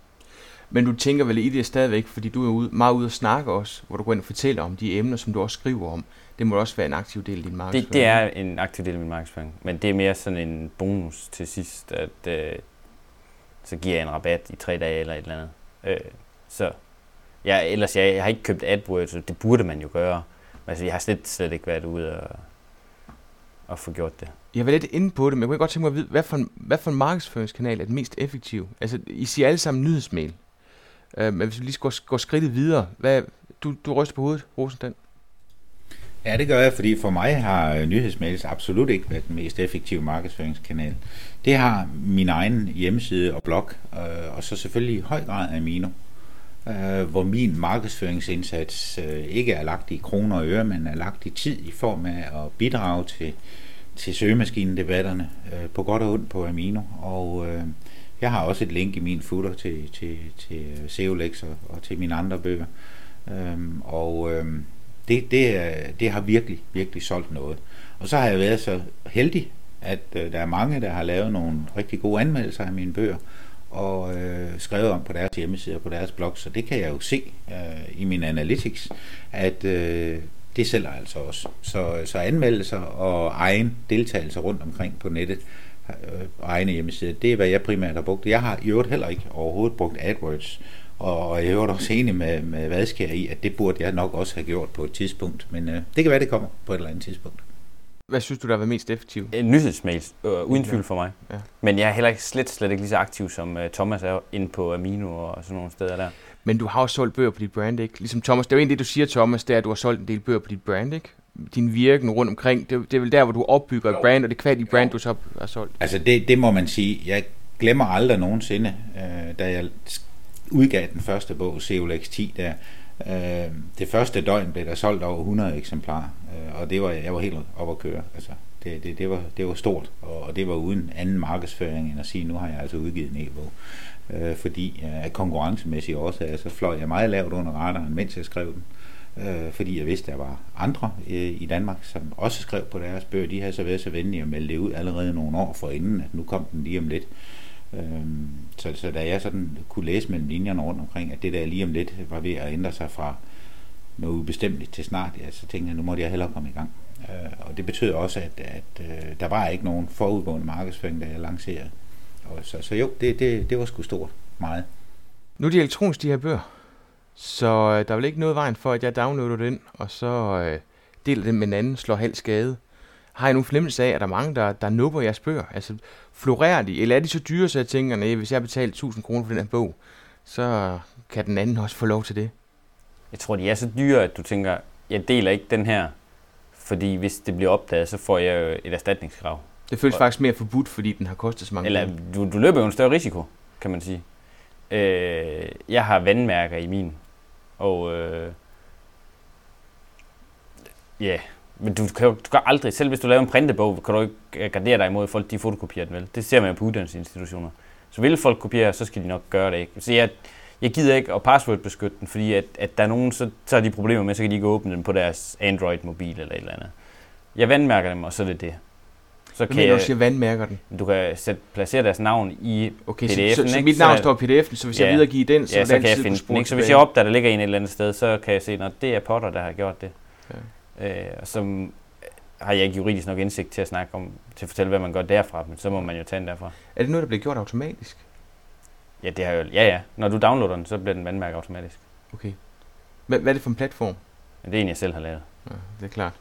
Men du tænker vel i det stadigvæk, fordi du er ude, meget ude at snakke også, hvor du går ind og fortæller om de emner, som du også skriver om. Det må også være en aktiv del af din markedsføring. Det, det er en aktiv del af min markedsføring, men det er mere sådan en bonus til sidst, at øh, så giver jeg en rabat i tre dage eller et eller andet. Øh, så jeg, ellers jeg, jeg har ikke købt AdWords, så det burde man jo gøre. Altså, jeg har slet, slet ikke været ude og, og få gjort det. Jeg var lidt inde på det, men jeg kunne godt tænke mig at vide, hvad for en, hvad for en markedsføringskanal er den mest effektive? Altså, I siger alle sammen nyhedsmail. Uh, men hvis vi lige skal gå skridtet videre, hvad, du, du ryster på hovedet, Rosendan. Ja, det gør jeg, fordi for mig har nyhedsmails absolut ikke været den mest effektive markedsføringskanal. Det har min egen hjemmeside og blog, øh, og så selvfølgelig i høj grad Amino, øh, hvor min markedsføringsindsats øh, ikke er lagt i kroner og øre, men er lagt i tid i form af at bidrage til, til søgemaskinedebatterne øh, på godt og ondt på Amino. Og øh, jeg har også et link i min footer til, til, til S E O-Lex og, og til mine andre bøger. Øh, og øh, Det, det, det har virkelig, virkelig solgt noget. Og så har jeg været så heldig, at øh, der er mange, der har lavet nogle rigtig gode anmeldelser af mine bøger, og øh, skrevet om på deres hjemmeside og på deres blog, så det kan jeg jo se øh, i min analytics, at øh, det sælger altså også. Så, så anmeldelser og egen deltagelse rundt omkring på nettet øh, og egne hjemmesider, det er hvad jeg primært har brugt. Jeg har i øvrigt heller ikke overhovedet brugt AdWords, og jeg er jo også enig med, med Vadskær i, at det burde jeg nok også have gjort på et tidspunkt, men øh, det kan være, det kommer på et eller andet tidspunkt. Hvad synes du, der var mest effektivt? En nyhedsmails, øh, uden tvivl for mig. Ja. Men jeg er heller ikke slet, slet ikke lige så aktiv, som uh, Thomas er inde på Amino og sådan nogle steder der. Men du har jo solgt bøger på dit brand, ikke? Ligesom Thomas, det er jo egentlig det, du siger, Thomas, det er, at du har solgt en del bøger på dit brand, ikke? Din virken rundt omkring, det, det er vel der, hvor du opbygger et brand, og det er kvad dit brand, du så har solgt. Altså det, det må man sige. Jeg glemmer aldrig nogensinde, øh, da jeg udgav den første bog, C O L X ti, der. Øh, det første døgn blev der solgt over hundrede eksemplarer, øh, og det var, jeg var helt oppe at køre. Altså, det, det, det, var, det var stort, og, og det var uden anden markedsføring end at sige, nu har jeg altså udgivet en e-bog. Øh, fordi af øh, konkurrencemæssige årsager, så fløj jeg meget lavt under radaren, mens jeg skrev den. Øh, fordi jeg vidste, at der var andre øh, i Danmark, som også skrev på deres bøger. De havde så været så venlige at melde det ud allerede nogle år forinden, at nu kom den lige om lidt. Øhm, så, så da jeg sådan kunne læse mellem linjerne rundt omkring, at det der lige om lidt var ved at ændre sig fra noget ubestemmeligt til snart, ja, så tænkte jeg, nu måtte jeg hellere komme i gang. Øh, og det betød også, at, at øh, der var ikke nogen forudgående markedsføring, da jeg lancerede. Og så, så jo, det, det, det var sgu stort meget. Nu er de elektroniske, de her bøger, så øh, der er vel ikke noget vejen for, at jeg downloader den, og så øh, deler den med en anden, slår halv skade. Har jeg nogen fornemmelse af, at der er mange, der, der nubber jeres bøger? Altså, florerer de? Eller er de så dyre, så jeg tænker, nej, hvis jeg betaler tusind kroner for den her bog, så kan den anden også få lov til det? Jeg tror, de er så dyre, at du tænker, jeg deler ikke den her, fordi hvis det bliver opdaget, så får jeg et erstatningskrav. Det føles og, faktisk mere forbudt, fordi den har kostet så mange Eller du, du løber jo en større risiko, kan man sige. Øh, jeg har vandmærker i min, og øh, ja... Yeah. Men du kan jo du kan aldrig, selv hvis du laver en printebog, kan du ikke gardere dig imod, at folk de fotokopierer den vel. Det ser man jo på uddannelsesinstitutioner. Så vil folk kopiere, så skal de nok gøre det ikke. Så jeg, jeg gider ikke at passwordbeskytte den, fordi at, at der er nogen, så tager de problemer med, så kan de ikke åbne den på deres Android-mobil eller et eller andet. Jeg vandmærker dem, og så er det det. Så kan jeg også vandmærker den. Du kan sætte, placere deres navn i okay, P D F'en. Så, så, så mit navn står i P D F'en, så hvis ja, jeg videregiver den, så, ja, så kan jeg finde den. Ikke? Så hvis jeg opdager, der ligger en et eller andet sted, så kan jeg se, at det er Potter, der har gjort det. Ja. Øh, og så har jeg ikke juridisk nok indsigt til at snakke om, til at fortælle, hvad man gør derfra, men så må man jo tage den derfra. Er det noget, der bliver gjort automatisk? Ja, det har jo, ja, ja. Når du downloader den, så bliver den vandmærket automatisk. Okay. Hvad, hvad er det for en platform? Det er en, jeg selv har lavet. Ja, det er klart.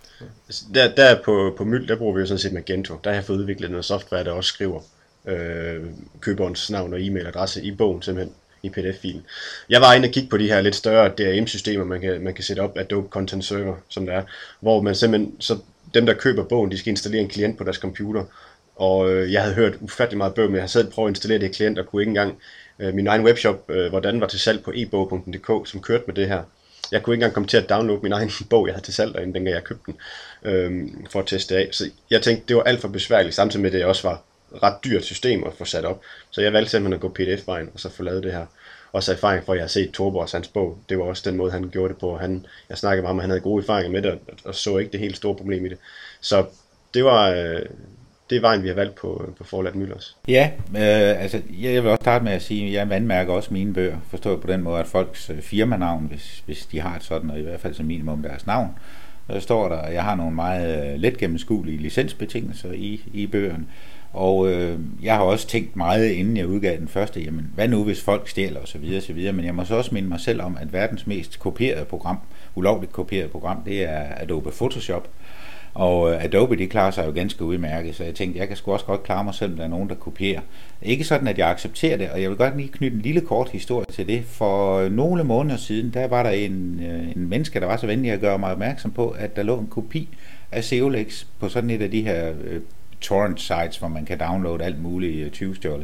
Der, der på, på Myld, der bruger vi jo sådan set Magento. Der har jeg fået udviklet noget software, der også skriver øh, køberens navn og e-mailadresse i bogen, simpelthen i P D F-filen. Jeg var inde og kigge på de her lidt større D R M-systemer, man kan, man kan sætte op, Adobe Content Server, som der er, hvor man simpelthen, så dem der køber bogen, de skal installere en klient på deres computer, og øh, jeg havde hørt ufattelig meget bøg, men jeg havde selv prøvet at installere det klient, og kunne ikke engang, øh, min egen webshop, øh, hvordan var til salg på e bog punktum d k, som kørte med det her. Jeg kunne ikke engang komme til at downloade min egen bog, jeg havde til salg derinde, dengang jeg købte den, øh, for at teste af. Så jeg tænkte, det var alt for besværligt, samtidig med at det også var ret dyrt system at få sat op. Så jeg valgte simpelthen at gå P D F-vejen, og så få lavet det her. Også erfaring for, at jeg har set Torborgs hans bog. Det var også den måde, han gjorde det på. Han, jeg snakkede med ham, og han havde gode erfaringer med det, og, og så ikke det helt store problem i det. Så det var øh, det er vejen, vi har valgt på, på Forlaget Müllers. Ja, øh, altså jeg vil også starte med at sige, at jeg vandmærker også mine bøger. Forstået på den måde, at folks firmanavn, hvis, hvis de har et sådan, og i hvert fald som minimum deres navn, der står der, at jeg har nogle meget let gennemskuelige licensbetingelser i, i bøgerne. Og øh, jeg har også tænkt meget, inden jeg udgav den første, jamen hvad nu hvis folk stjæler osv. osv. Men jeg må så også minde mig selv om, at verdens mest kopierede program, ulovligt kopierede program, det er Adobe Photoshop. Og øh, Adobe, de klarer sig jo ganske udmærket, så jeg tænkte, jeg kan sgu også godt klare mig selv, om der er nogen, der kopierer. Ikke sådan, at jeg accepterer det, og jeg vil godt lige knytte en lille kort historie til det. For nogle måneder siden, der var der en, øh, en menneske, der var så venlig at gøre mig opmærksom på, at der lå en kopi af C O L X på sådan et af de her øh, torrent sites, hvor man kan downloade alt muligt tyvestjålet.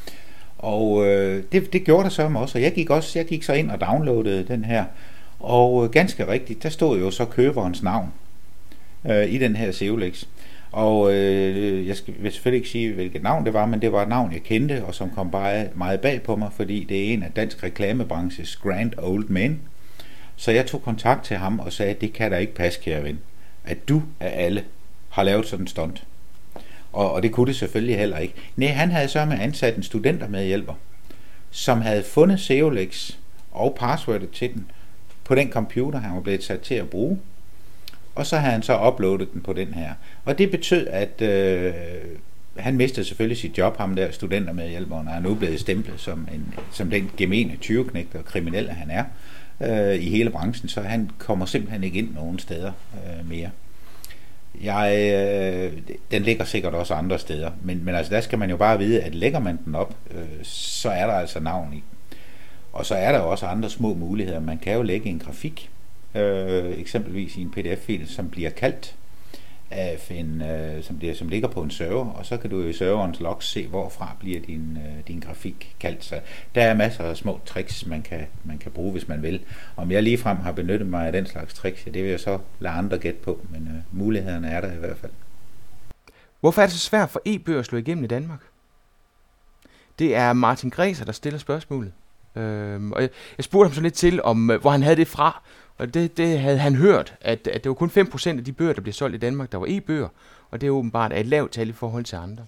Og øh, det, det gjorde der så også, og jeg gik også, jeg gik så ind og downloadede den her, og øh, ganske rigtigt, der stod jo så køberens navn øh, i den her C O L X. Og øh, jeg skal, vil selvfølgelig ikke sige, hvilket navn det var, men det var et navn, jeg kendte, og som kom bare meget bag på mig, fordi det er en af dansk reklamebranches grand old men. Så jeg tog kontakt til ham og sagde, det kan da ikke passe, kære ven, at du af alle har lavet sådan en stunt. Og, og det kunne det selvfølgelig heller ikke. Nej, han havde så med ansat en studentermedhjælper, som havde fundet Zeolex og passwordet til den på den computer, han var blevet sat til at bruge. Og så havde han så uploadet den på den her. Og det betød, at øh, han mistede selvfølgelig sit job, ham der studentermedhjælperen, og han er nu blevet stemplet som, en, som den gemene tyveknægt og kriminelle, han er øh, i hele branchen, så han kommer simpelthen ikke ind nogen steder øh, mere. Jeg, øh, den ligger sikkert også andre steder, men, men altså der skal man jo bare vide, at lægger man den op, øh, så er der altså navn i. Og så er der jo også andre små muligheder. Man kan jo lægge en grafik, øh, eksempelvis i en P D F-fil, som bliver kaldt af en, øh, som, bliver, som ligger på en server, og så kan du i serverens logs se, hvorfra bliver din, øh, din grafik kaldt. Så der er masser af små tricks, man kan, man kan bruge, hvis man vil. Om jeg ligefrem har benyttet mig af den slags tricks, det vil jeg så lade andre gætte på, men øh, mulighederne er der i hvert fald. Hvorfor er det så svært for e-bøger at slå igennem i Danmark? Det er Martin Græser, der stiller spørgsmålet. Øhm, og jeg, jeg spurgte ham så lidt til, om hvor han havde det fra, og det, det havde han hørt, at, at det var kun fem procent af de bøger, der blev solgt i Danmark, der var e-bøger, og det er åbenbart et lavt tal i forhold til andre.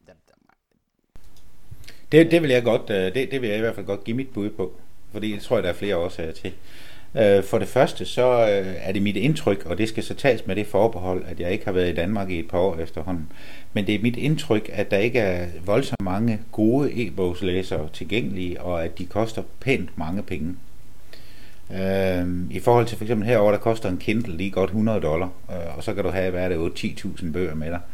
Det, det vil jeg godt, det, det vil jeg i hvert fald godt give mit bud på, fordi det tror jeg, der er flere årsager til. For det første, så er det mit indtryk, og det skal så tages med det forbehold, at jeg ikke har været i Danmark i et par år efterhånden. Men det er mit indtryk, at der ikke er voldsomt mange gode e-bogslæsere tilgængelige, og at de koster pænt mange penge. I forhold til for eksempel herover, der koster en Kindle lige godt hundrede dollar, og så kan du have, hvad er det, otte til ti tusind bøger med dig.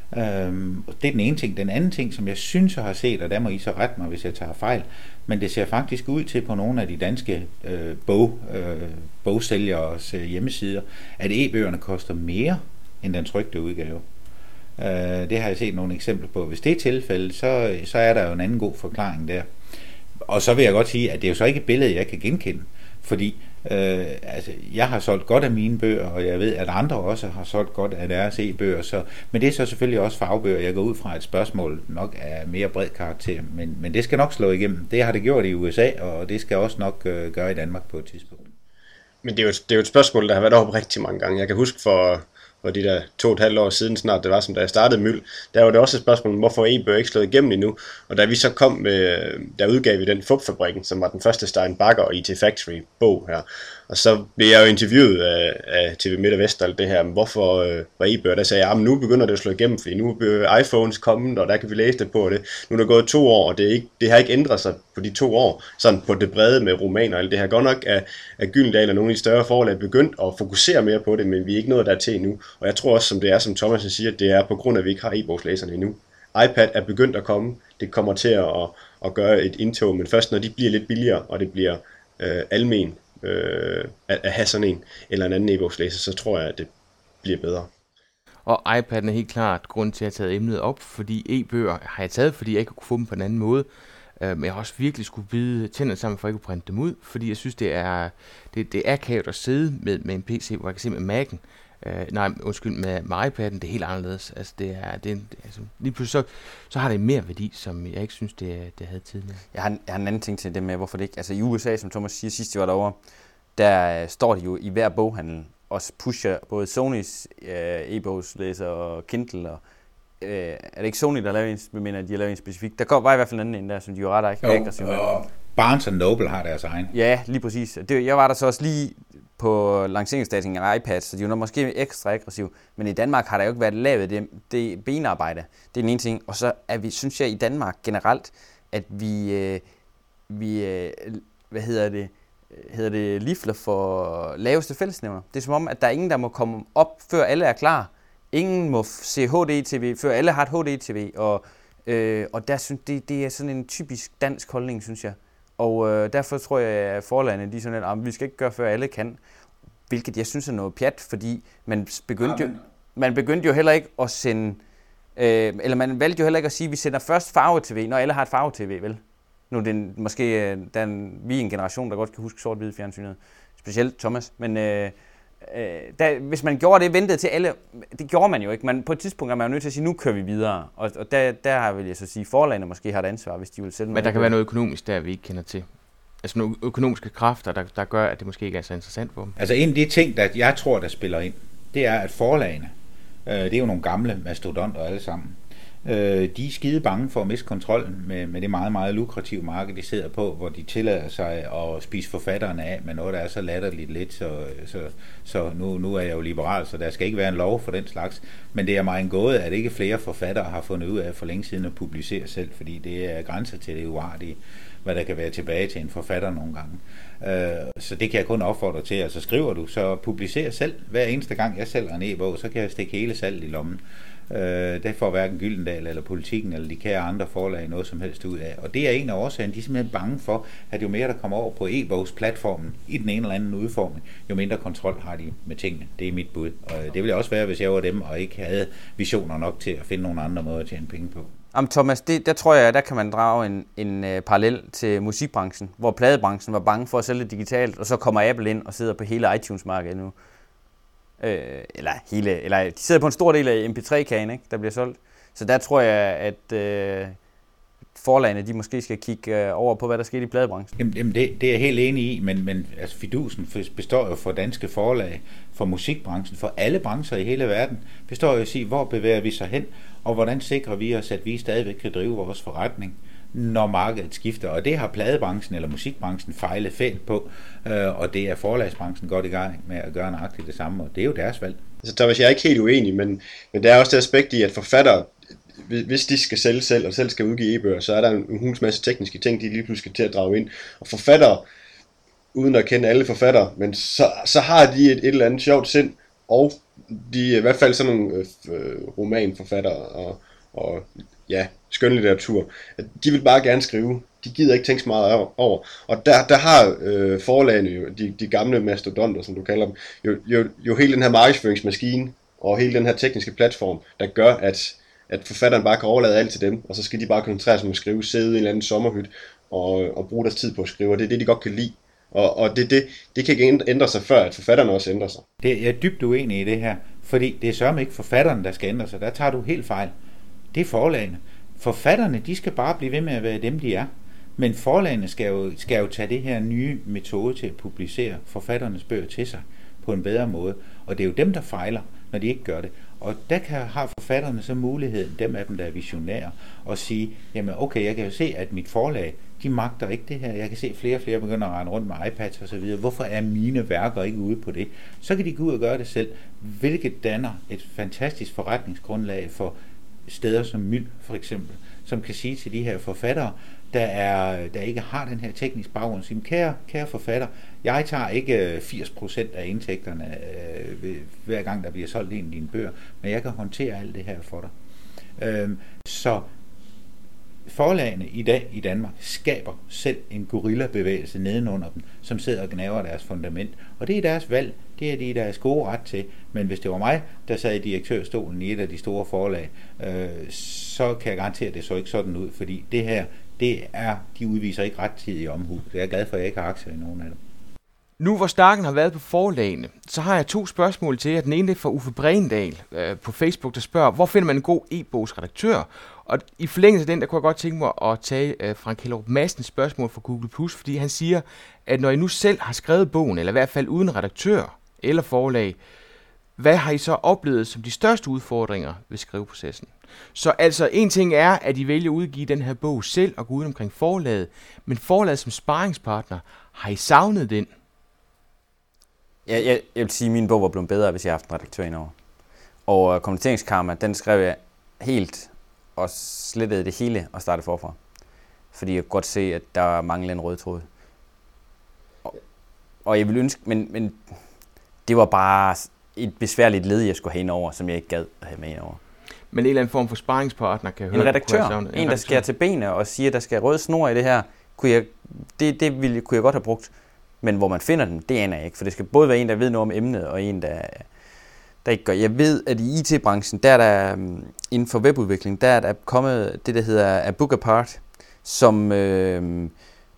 Det er den ene ting. Den anden ting, som jeg synes, jeg har set, og der må I så rette mig, hvis jeg tager fejl, men det ser faktisk ud til på nogle af de danske øh, bog, øh, bogsælgeres øh, hjemmesider, at e-bøgerne koster mere end den trykte udgave. Øh, det har jeg set nogle eksempler på. Hvis det er tilfældet, så, så er der jo en anden god forklaring der. Og så vil jeg godt sige, at det er jo så ikke et billede, jeg kan genkende, fordi Øh, altså, jeg har solgt godt af mine bøger, og jeg ved, at andre også har solgt godt af deres e-bøger, så, men det er så selvfølgelig også fagbøger. Jeg går ud fra et spørgsmål nok af mere bred karakter, men, men det skal nok slå igennem. Det har det gjort i U S A, og det skal også nok øh, gøre i Danmark på et tidspunkt. Men det er, jo, det er jo et spørgsmål, der har været op rigtig mange gange. Jeg kan huske for, for de der to og et halvt år siden snart, det var som da jeg startede Myld, der var det også et spørgsmål, hvorfor e-bøger ikke slået igennem endnu. Og da vi så kom med, der udgav vi den Fupfabrikken, som var den første Stein Bagger og I T Factory bog her. Og så blev jeg jo interviewet af, af T V Midt og Vest og det her, hvorfor øh, var e-bøger, der sagde jeg, at nu begynder det at slå igennem, fordi nu er iPhones kommet, og der kan vi læse det på det. Nu er der gået to år, og det, er ikke, det har ikke ændret sig på de to år, sådan på det brede med romaner og alt det her. Godt nok er, er Gyldendal og nogle af de større forlag begyndt at fokusere mere på det, men vi er ikke nået dertil endnu. Og jeg tror også, som det er, som Thomas siger, det er på grund af, at vi ikke har e-bogslæserne endnu. iPad er begyndt at komme, det kommer til at, at gøre et indtog, men først når de bliver lidt billigere, og det bliver øh, almen, Øh, at, at have sådan en eller en anden e-bogslæser, så tror jeg, at det bliver bedre. Og iPad'en er helt klart grund til at have taget emnet op, fordi e-bøger har jeg taget, fordi jeg ikke kunne få dem på en anden måde. Øh, men jeg har også virkelig skulle bide tænderne sammen, for at jeg kunne printe dem ud, fordi jeg synes, det er det, det er akavet at sidde med, med en P C, hvor jeg kan se med Mac'en. Øh, nej, undskyld, med, med iPad'en, det er helt anderledes. Altså, det er, det er, altså, lige pludselig så, så har det mere værdi, som jeg ikke synes, det, det havde tidligere. Jeg har, jeg har en anden ting til det med, hvorfor det ikke. Altså i U S A, som Thomas siger sidst, jeg var derovre, der står de jo i hver boghandel og pusher både Sonys øh, e-bogslæser og Kindle. Og, øh, er det ikke Sony, der laver en, mener, de har lavet en specifik? Der går bare i hvert fald en anden en der, som de jo ret aggressive. Jo, Barnes and Noble har deres egen. Ja, lige præcis. Det, jeg var der så også lige på lanceringsdagen af iPads, så de er jo måske ekstra aggressive. Men i Danmark har der jo ikke været lavet det, det benarbejde. Det er den ene ting. Og så er vi, synes jeg i Danmark generelt, at vi, øh, vi øh, hvad hedder det, hedder det lifler for laveste fællesnævner. Det er som om, at der er ingen, der må komme op, før alle er klar. Ingen må se H D T V, før alle har et H D T V. Og, øh, og der synes det, det er sådan en typisk dansk holdning, synes jeg. Og øh, derfor tror jeg, at forlagene de er sådan, at vi skal ikke gøre, før alle kan. Hvilket jeg synes er noget pjat, fordi man begyndte, jo, man begyndte jo heller ikke at sende... Øh, eller man valgte jo heller ikke at sige, at vi sender først farve-T V, når alle har et farve-T V, vel? Nu er det måske der er en, vi er en generation, der godt kan huske sort-hvid fjernsynet. Specielt Thomas. Men øh, øh, der, hvis man gjorde det, ventede til alle... Det gjorde man jo ikke. Man, på et tidspunkt er man jo nødt til at sige, nu kører vi videre. Og, og der, der vil jeg så sige, forlagene måske har et ansvar, hvis de vil sælge. Men der kan være noget økonomisk der, vi ikke kender til. Altså nogle økonomiske kræfter, der, der gør, at det måske ikke er så interessant for dem. Altså en af de ting, der jeg tror, der spiller ind, det er, at forlagene, øh, det er jo nogle gamle mastodonter alle sammen, Øh, de er skide bange for at miste kontrollen med, med det meget, meget lukrative marked, de sidder på, hvor de tillader sig at spise forfatterne af med noget, der er så latterligt lidt, så, så, så nu, nu er jeg jo liberal, så der skal ikke være en lov for den slags. Men det er mig en gåde, at ikke flere forfattere har fundet ud af for længe siden at publicere selv, fordi det er grænser til det uartige, hvad der kan være tilbage til en forfatter nogle gange. Øh, så det kan jeg kun opfordre til. Altså skriver du, så publicer selv. Hver eneste gang jeg sælger en e-bog, så kan jeg stikke hele salget i lommen. Øh, det får hverken Gyldendal eller Politikken eller de kære andre forlag noget som helst ud af. Og det er en af årsagerne, de er simpelthen bange for, at jo mere der kommer over på e-bogsplatformen i den ene eller anden udformning, jo mindre kontrol har de med tingene. Det er mit bud. Og det ville også være, hvis jeg var dem og ikke havde visioner nok til at finde nogle andre måder at tjene penge på. Jamen Thomas, det, der tror jeg, der kan man drage en, en uh, parallel til musikbranchen, hvor pladebranchen var bange for at sælge digitalt, og så kommer Apple ind og sidder på hele iTunes-markedet nu. Øh, eller hele, eller de sidder på en stor del af M P tre-kagen, ikke, der bliver solgt. Så der tror jeg, at øh, forlagene, de måske skal kigge øh, over på, hvad der skete i pladebranchen. Jamen det, det er jeg helt enig i, men, men altså, fidusen består jo for danske forlag, for musikbranchen, for alle brancher i hele verden, består jo at sige, hvor bevæger vi sig hen, og hvordan sikrer vi os, at vi stadigvæk kan drive vores forretning, når markedet skifter. Og det har pladebranchen eller musikbranchen fejlet fælt på, øh, og det er forlagsbranchen godt i gang med at gøre nøjagtigt det samme, og det er jo deres valg. Altså Thomas, jeg er ikke helt uenig, men, men der er også det aspekt i, at forfattere, hvis de skal sælge selv, og selv skal udgive e-bøger, så er der en hulens masse tekniske ting, de lige pludselig skal til at drage ind. Og forfattere, uden at kende alle forfattere, men så, så har de et, et eller andet sjovt sind, og de er i hvert fald sådan nogle øh, romanforfattere og, og ja, skønlitteratur. De vil bare gerne skrive. De gider ikke tænke så meget over. Og der, der har øh, forlagene jo, de, de gamle mastodonter, som du kalder dem, jo, jo, jo hele den her markedsføringsmaskine, og hele den her tekniske platform, der gør, at, at forfatteren bare kan overlade alt til dem, og så skal de bare koncentrere sig om at skrive, sidde i en eller anden sommerhyt, og, og bruge deres tid på at skrive, og det er det, de godt kan lide. Og, og det, det, det kan ikke ændre sig før, at forfatterne også ændrer sig. Det, jeg er dybt uenig i det her, fordi det er sørme ikke forfatterne, der skal ændre sig. Der tager du helt fejl. Det er forlagene. Forfatterne, de skal bare blive ved med at være dem, de er. Men forlagene skal jo, skal jo tage det her nye metode til at publicere forfatternes bøger til sig på en bedre måde. Og det er jo dem, der fejler, når de ikke gør det. Og der kan, har forfatterne så muligheden, dem af dem, der er visionære, at sige, jamen okay, jeg kan jo se, at mit forlag, de magter ikke det her. Jeg kan se, at flere og flere begynder at rende rundt med iPads og så videre. Hvorfor er mine værker ikke ude på det? Så kan de gå ud og gøre det selv, hvilket danner et fantastisk forretningsgrundlag for steder som Myld for eksempel, som kan sige til de her forfattere, der, er, der ikke har den her teknisk baggrund, sige, kære, kære forfatter, jeg tager ikke firs procent af indtægterne øh, hver gang der bliver solgt en af dine bøger, men jeg kan håndtere alt det her for dig. Øh, så forlagene i dag i Danmark skaber selv en gorillabevægelse nedenunder dem, som sidder og gnaver deres fundament. Og det er deres valg, det er de deres gode ret til. Men hvis det var mig, der sad i direktørstolen i et af de store forlag, øh, så kan jeg garantere, at det så ikke sådan ud, fordi det her, det er, de udviser ikke rettidig omhu. Så jeg er glad for, at jeg ikke har aktier i nogen af dem. Nu hvor Starken har været på forlagene, så har jeg to spørgsmål til jer. Den ene er fra Uffe Brendal øh, på Facebook, der spørger, hvor finder man en god e-bogsredaktør? Og i forlængelse af den, der kunne jeg godt tænke mig at tage øh, Frank Hellerup Madsens spørgsmål fra Google Plus, fordi han siger, at når I nu selv har skrevet bogen, eller i hvert fald uden redaktør eller forlag, hvad har I så oplevet som de største udfordringer ved skriveprocessen? Så altså, en ting er, at I vælger at udgive den her bog selv og gå ud omkring forlaget, men forlaget som sparringspartner, har I savnet den? Ja, jeg, jeg vil sige, at min bog var blevet bedre, hvis jeg havde haft en redaktør indover. Og uh, Konverteringskarma, den skrev jeg helt og slettede det hele og startede forfra. Fordi jeg kunne godt se, at der manglede en rød tråd. Og, og jeg ville ønske, men, men det var bare et besværligt led, jeg skulle have indover, som jeg ikke gad at have med indover. Men en eller anden form for sparringspartner kan jeg høre. En redaktør, en, en redaktør. Der skærer til benene og siger, at der skal røde snor i det her, kunne jeg, det, det ville, kunne jeg godt have brugt. Men hvor man finder den, det aner jeg ikke, for det skal både være en, der ved noget om emnet, og en, der, der ikke gør. Jeg ved, at i I T-branchen, der er der, inden for webudvikling, der er der kommet det, der hedder A Book Apart, som øh,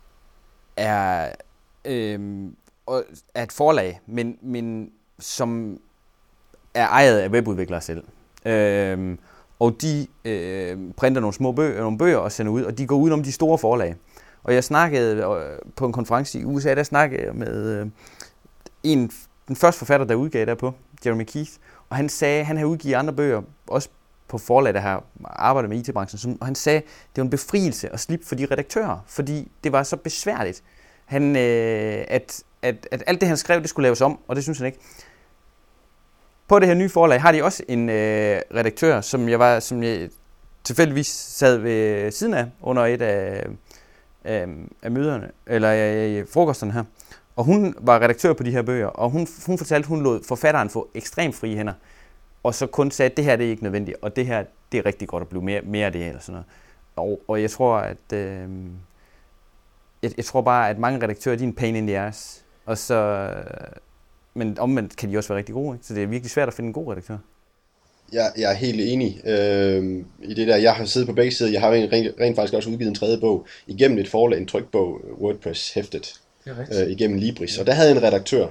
er, øh, er et forlag, men, men som er ejet af webudviklere selv. Øh, og de øh, printer nogle små bøger, nogle bøger og sender ud, og de går udenom de store forlag. Og jeg snakkede på en konference i U S A, der snakkede jeg med en, den første forfatter, der udgav derpå, Jeremy Keith, og han sagde, at han havde udgivet andre bøger, også på forlag, der har arbejdet med I T-branchen, som, og han sagde, det var en befrielse at slippe for de redaktører, fordi det var så besværligt, han, øh, at, at, at alt det, han skrev, det skulle laves om, og det synes han ikke. På det her nye forlag har de også en øh, redaktør, som jeg var, som jeg tilfældigvis sad ved siden af under et af, af, af møderne, eller af frokosterne her. Og hun var redaktør på de her bøger, og hun, hun fortalte, at hun lod forfatteren få ekstremt frie hænder, og så kun sagde, at det her det er ikke nødvendigt, og det her det er rigtig godt at blive mere, mere af det, eller sådan noget. Og, og jeg tror, at øh, jeg, jeg tror bare, at mange redaktører, de er en pain in the ass, og så, men omvendt kan de også være rigtig gode, ikke? Så det er virkelig svært at finde en god redaktør. Jeg, jeg er helt enig øh, i det der. Jeg har siddet på begge sider. Jeg har rent, rent faktisk også udgivet en tredje bog igennem et forlag, en trykbog, WordPress-hæftet, øh, igennem Libris. Og der havde jeg en redaktør.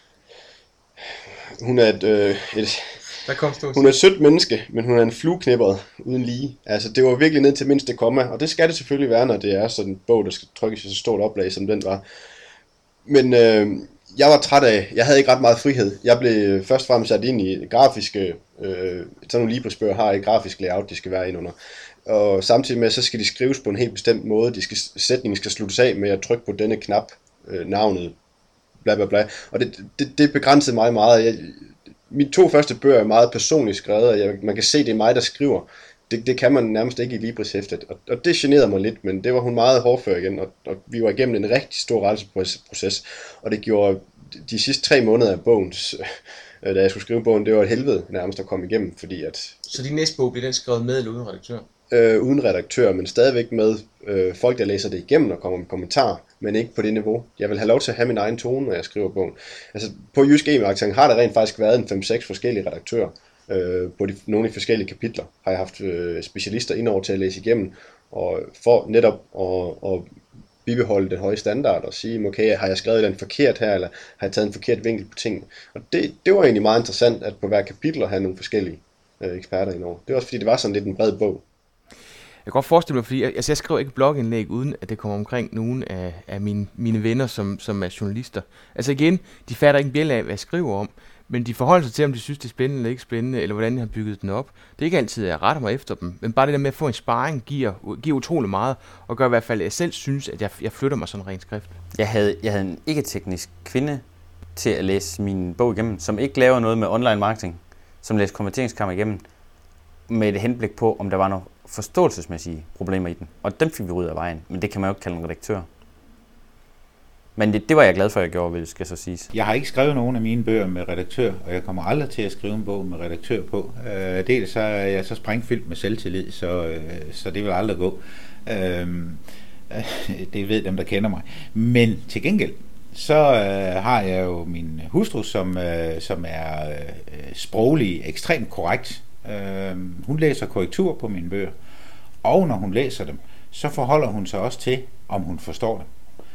Hun er et, øh, et, hun er et sødt menneske, men hun er en flueknipperet uden lige. Altså, det var virkelig ned til mindste komma, og det skal det selvfølgelig være, når det er sådan en bog, der skal trykkes i så stort oplag, som den var. Men øh, jeg var træt af, jeg havde ikke ret meget frihed. Jeg blev først og fremmest sat ind i grafiske, øh, sådan nogle Libris-bøger har et grafisk layout, de skal være ind under. Og samtidig med, så skal de skrives på en helt bestemt måde. De skal, sætningen skal sluttes af med at trykke på denne knap, øh, navnet, bla bla bla. Og det, det, det begrænsede mig meget. Jeg, mine to første bøger er meget personligt skrevet, og jeg, man kan se, det er mig, der skriver. Det, det kan man nærmest ikke i Libris-hæftet, og, og det generede mig lidt, men det var hun meget hårdfør igen, og, og vi var igennem en rigtig stor rejseproces, og det gjorde de sidste tre måneder af bogen, da jeg skulle skrive bogen, det var et helvede nærmest at komme igennem, fordi at... Så din næste bog, bliver den skrevet med eller uden redaktør? Øh, uden redaktør, men stadigvæk med øh, folk, der læser det igennem og kommer med kommentarer, men ikke på det niveau. Jeg vil have lov til at have min egen tone, når jeg skriver bogen. Altså, på Jysk E-Marketing har der rent faktisk været en fem seks forskellige redaktører. Øh, på de, nogle af de forskellige kapitler har jeg haft øh, specialister indover til at læse igennem, og for netop at, at bibeholde den høje standard og sige, okay, har jeg skrevet den forkert her, eller har jeg taget en forkert vinkel på tingene. Og det, det var egentlig meget interessant, at på hver kapitel have nogle forskellige øh, eksperter indover. Det var også fordi, det var sådan lidt en bred bog. Jeg kan godt forestille mig, fordi altså jeg skriver ikke blogindlæg, uden at det kommer omkring nogen af, af mine, mine venner, som, som er journalister. Altså igen, de fatter ikke en bjælde af, hvad jeg skriver om, men de forholder sig til, om de synes, det er spændende eller ikke spændende, eller hvordan jeg har bygget den op. Det er ikke altid, at jeg retter mig efter dem, men bare det der med at få en sparring giver, giver utrolig meget, og gør i hvert fald, at jeg selv synes, at jeg, jeg flytter mig sådan rent skrift. Jeg havde, jeg havde en ikke-teknisk kvinde til at læse min bog igennem, som ikke laver noget med online marketing, som læser konverteringskammer igennem, med et henblik på, om der var nogle forståelsesmæssige problemer i den. Og dem fik vi ud af vejen, men det kan man jo ikke kalde en redaktør. Men det, det var jeg glad for, at jeg gjorde, vil skal så siges. Jeg har ikke skrevet nogen af mine bøger med redaktør, og jeg kommer aldrig til at skrive en bog med redaktør på. Øh, dels så er jeg så sprængfyldt med selvtillid, så, øh, så det vil aldrig gå. Øh, det ved dem, der kender mig. Men til gengæld, så øh, har jeg jo min hustru, som, øh, som er øh, sproglig ekstremt korrekt. Øh, hun læser korrektur på mine bøger, og når hun læser dem, så forholder hun sig også til, om hun forstår dem.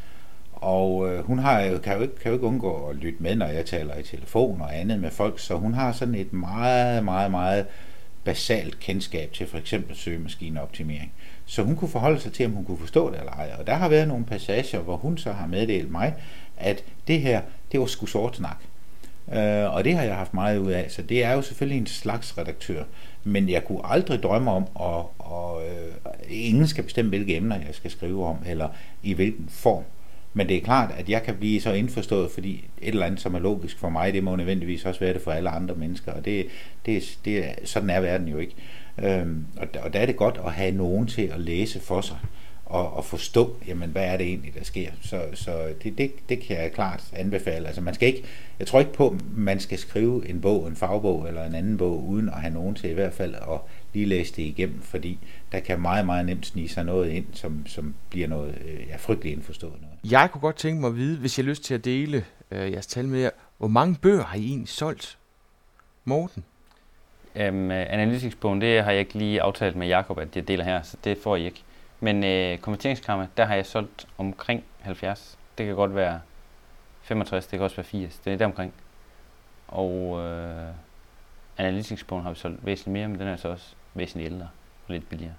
Og øh, hun har jo, kan, jo ikke, kan jo ikke undgå at lytte med, når jeg taler i telefon og andet med folk, så hun har sådan et meget, meget, meget basalt kendskab til for eksempel søgemaskineoptimering. Så hun kunne forholde sig til, om hun kunne forstå det eller ej. Og der har været nogle passager, hvor hun så har meddelt mig, at det her, det var sgu sort snak. Øh, og det har jeg haft meget ud af, så det er jo selvfølgelig en slags redaktør. Men jeg kunne aldrig drømme om, at og, øh, ingen skal bestemme, hvilke emner jeg skal skrive om, eller i hvilken form. Men det er klart, at jeg kan blive så indforstået, fordi et eller andet, som er logisk for mig, det må nødvendigvis også være det for alle andre mennesker, og det, det, det, sådan er verden jo ikke. Øhm, og, og der er det godt at have nogen til at læse for sig, og, og forstå, jamen, hvad er det egentlig, der sker. Så, så det, det, det kan jeg klart anbefale. Altså, man skal ikke, jeg tror ikke på, at man skal skrive en bog, en fagbog eller en anden bog, uden at have nogen til i hvert fald at lige læse det igennem, fordi der kan meget, meget nemt snige sig noget ind, som, som bliver noget ja, frygteligt indforstået noget. Jeg kunne godt tænke mig at vide, hvis jeg har lyst til at dele øh, jeres tal med jer, hvor mange bøger har I egentlig solgt? Morten? Um, Analytics-bogen, det har jeg ikke lige aftalt med Jakob, at jeg deler her, så det får I ikke. Men øh, konverteringskammer, der har jeg solgt omkring halvfjerds. Det kan godt være femogtres, det kan også være firs. Det er deromkring. Og øh, Analytics-bogen har vi solgt væsentligt mere, men den er så også væsentligt ældre og lidt billigere.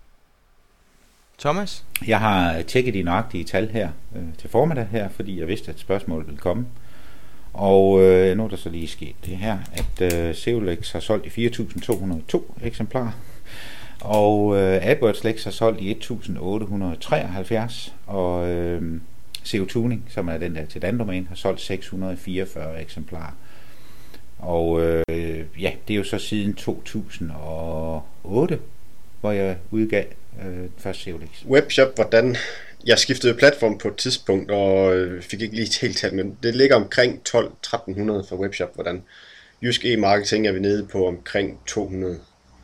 Thomas? Jeg har tjekket de nøjagtige tal her øh, til formiddag her, fordi jeg vidste, at spørgsmålet ville komme. Og øh, nu er der så lige sket det her, at øh, Seolex har solgt i fire tusind to hundrede og to eksemplarer, og øh, AdWords Lex har solgt i et tusind otte hundrede og treoghalvfjerds, og øh, S E O Tuning, som er den der til Dan-domæne, har solgt seks hundrede og fireogfyrre eksemplarer. Og øh, ja, det er jo så siden to tusind og otte, hvor jeg udgav øh, først Seolex. Webshop, hvordan... Jeg skiftede platform på et tidspunkt, og fik ikke lige et helt tal, men det ligger omkring tolv til tretten hundrede for Webshop, hvordan Jysk E-Marketing er vi nede på omkring to hundrede.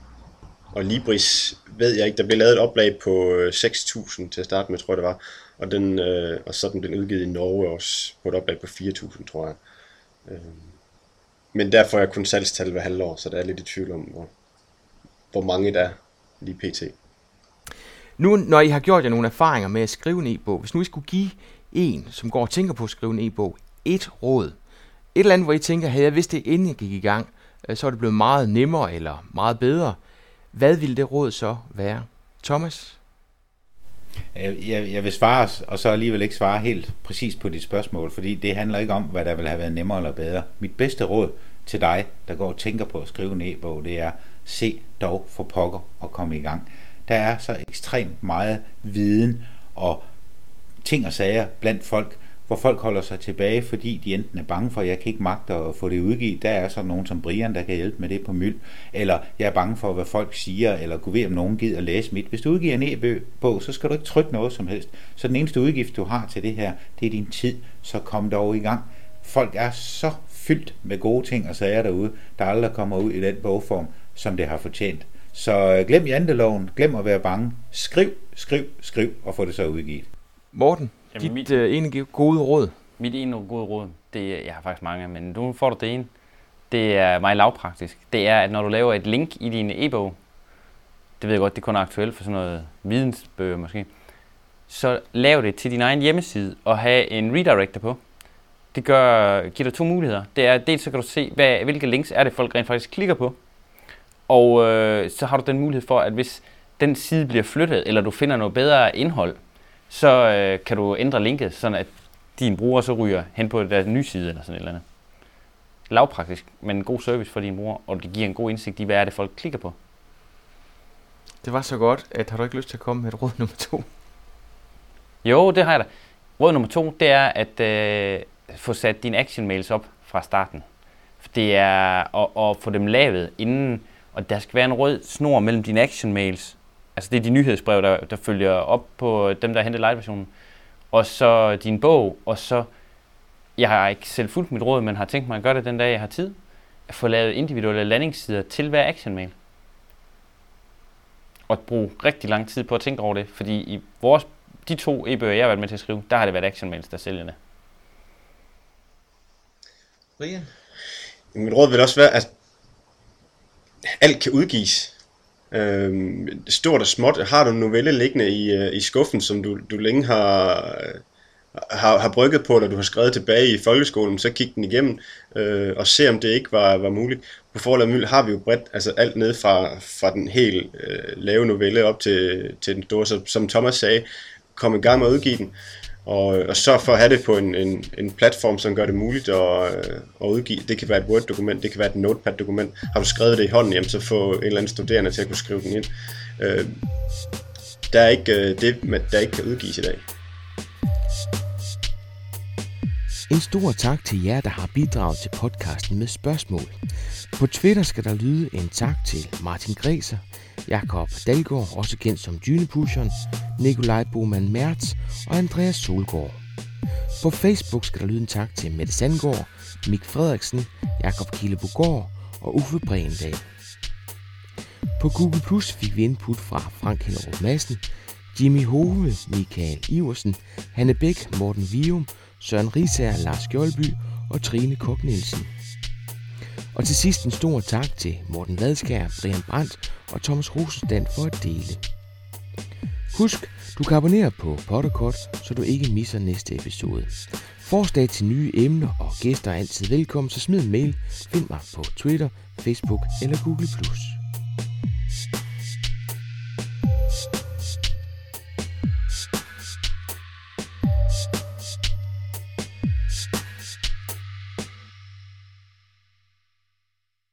Og Libris ved jeg ikke, der blev lavet et oplag på seks tusind til at starte med, tror jeg det var, og, den, øh, og så den udgivet i Norge også på et oplag på fire tusind, tror jeg. Øh, men der får jeg kun salgstal hver halvår, så der er lidt i tvivl om, hvor, hvor mange der er lige pt. Nu, når I har gjort jer nogle erfaringer med at skrive en e-bog, hvis nu I skulle give en, som går og tænker på at skrive en e-bog, et råd, et eller andet, hvor I tænker, havde jeg vidst det, inden jeg gik i gang, så er det blevet meget nemmere eller meget bedre. Hvad ville det råd så være? Thomas? Jeg, jeg, jeg vil svare, og så alligevel ikke svare helt præcis på dit spørgsmål, fordi det handler ikke om, hvad der vil have været nemmere eller bedre. Mit bedste råd til dig, der går og tænker på at skrive en e-bog, det er, se dog for pokker og komme i gang. Der er så ekstremt meget viden og ting og sager blandt folk, hvor folk holder sig tilbage, fordi de enten er bange for, at jeg kan ikke magte at få det udgivet. Der er så nogen som Brian, der kan hjælpe med det på Myld. Eller jeg er bange for, hvad folk siger, eller kunne ved, om nogen gider at læse mit. Hvis du udgiver en e-bog, så skal du ikke trykke noget som helst. Så den eneste udgift, du har til det her, det er din tid. Så kom dog i gang. Folk er så fyldt med gode ting og sager derude, der aldrig kommer ud i den bogform, som det har fortjent. Så glem janteloven, glem at være bange. Skriv, skriv, skriv og få det så udgivet. Morten, Jamen, dit mit, øh, ene gode råd? Mit ene gode råd, det er, jeg har faktisk mange, men nu får du det ene. Det er meget lavpraktisk. Det er, at når du laver et link i din e-bog, det ved jeg godt, det er kun aktuelt for sådan noget vidensbøger måske, så lav det til din egen hjemmeside og have en redirector på. Det gør, giver dig to muligheder. Det er, dels så kan du se, hvad, hvilke links er det, folk rent faktisk klikker på. Og øh, så har du den mulighed for, at hvis den side bliver flyttet, eller du finder noget bedre indhold, så øh, kan du ændre linket, sådan at din bruger så ryger hen på deres nye side, eller sådan et eller andet. Lavpraktisk, men en god service for din bruger, og det giver en god indsigt i, hvad er det, folk klikker på. Det var så godt, at har du ikke lyst til at komme med et råd nummer to? Jo, det har jeg da. Råd nummer to, det er at øh, få sat dine action mails op fra starten. Det er at, at få dem lavet inden, og der skal være en rød snor mellem dine action mails. Altså det er de nyhedsbrev, der, der følger op på dem, der henter live-versionen. Og så din bog, og så, jeg har ikke selv fulgt mit råd, men har tænkt mig at gøre det den dag, jeg har tid, at få lavet individuelle landingssider til hver action mail. Og bruge rigtig lang tid på at tænke over det, fordi i vores, de to e-bøger, jeg har været med til at skrive, der har det været action mails, der sælger det. Brian? Mit råd vil også være, at alt kan udgives. Øhm, stort og småt. Har du en novelle liggende i, i skuffen, som du, du længe har, har, har brygget på, da du har skrevet tilbage i folkeskolen, så kig den igennem øh, og se, om det ikke var, var muligt. På Forlag Myld har vi jo bredt altså alt ned fra, fra den helt øh, lave novelle op til, til den store, så, som Thomas sagde, kom i gang med at udgive den. Og, og så for at have det på en, en, en platform, som gør det muligt at, at udgive. Det kan være et Word-dokument, det kan være et Notepad-dokument. Har du skrevet det i hånden, jamen, så få en eller anden studerende til at kunne skrive den ind. Øh, der er ikke det, der ikke kan udgives i dag. En stor tak til jer, der har bidraget til podcasten med spørgsmål. På Twitter skal der lyde en tak til Martin Græser, Jakob Dalgaard, også kendt som Dynepusheren, Nikolaj Boman Mertz og Andreas Solgaard. På Facebook skal der lyde en tak til Mette Sandgaard, Mik Frederiksen, Jakob Killebogård og Uffe Brendal. På Google Plus fik vi input fra Frank Hellerup Madsen, Jimmy Hove, Michael Iversen, Hanne Bæk, Morten Vium, Søren Risager, Lars Skjoldby og Trine Kok Nielsen. Og til sidst en stor tak til Morten Vadskær, Brian Brandt og Thomas Rosenstand for at dele. Husk, du kan abonnere på Potterkort, så du ikke misser næste episode. Forslag til nye emner og gæster er altid velkommen, så smid en mail. Find mig på Twitter, Facebook eller Google plus.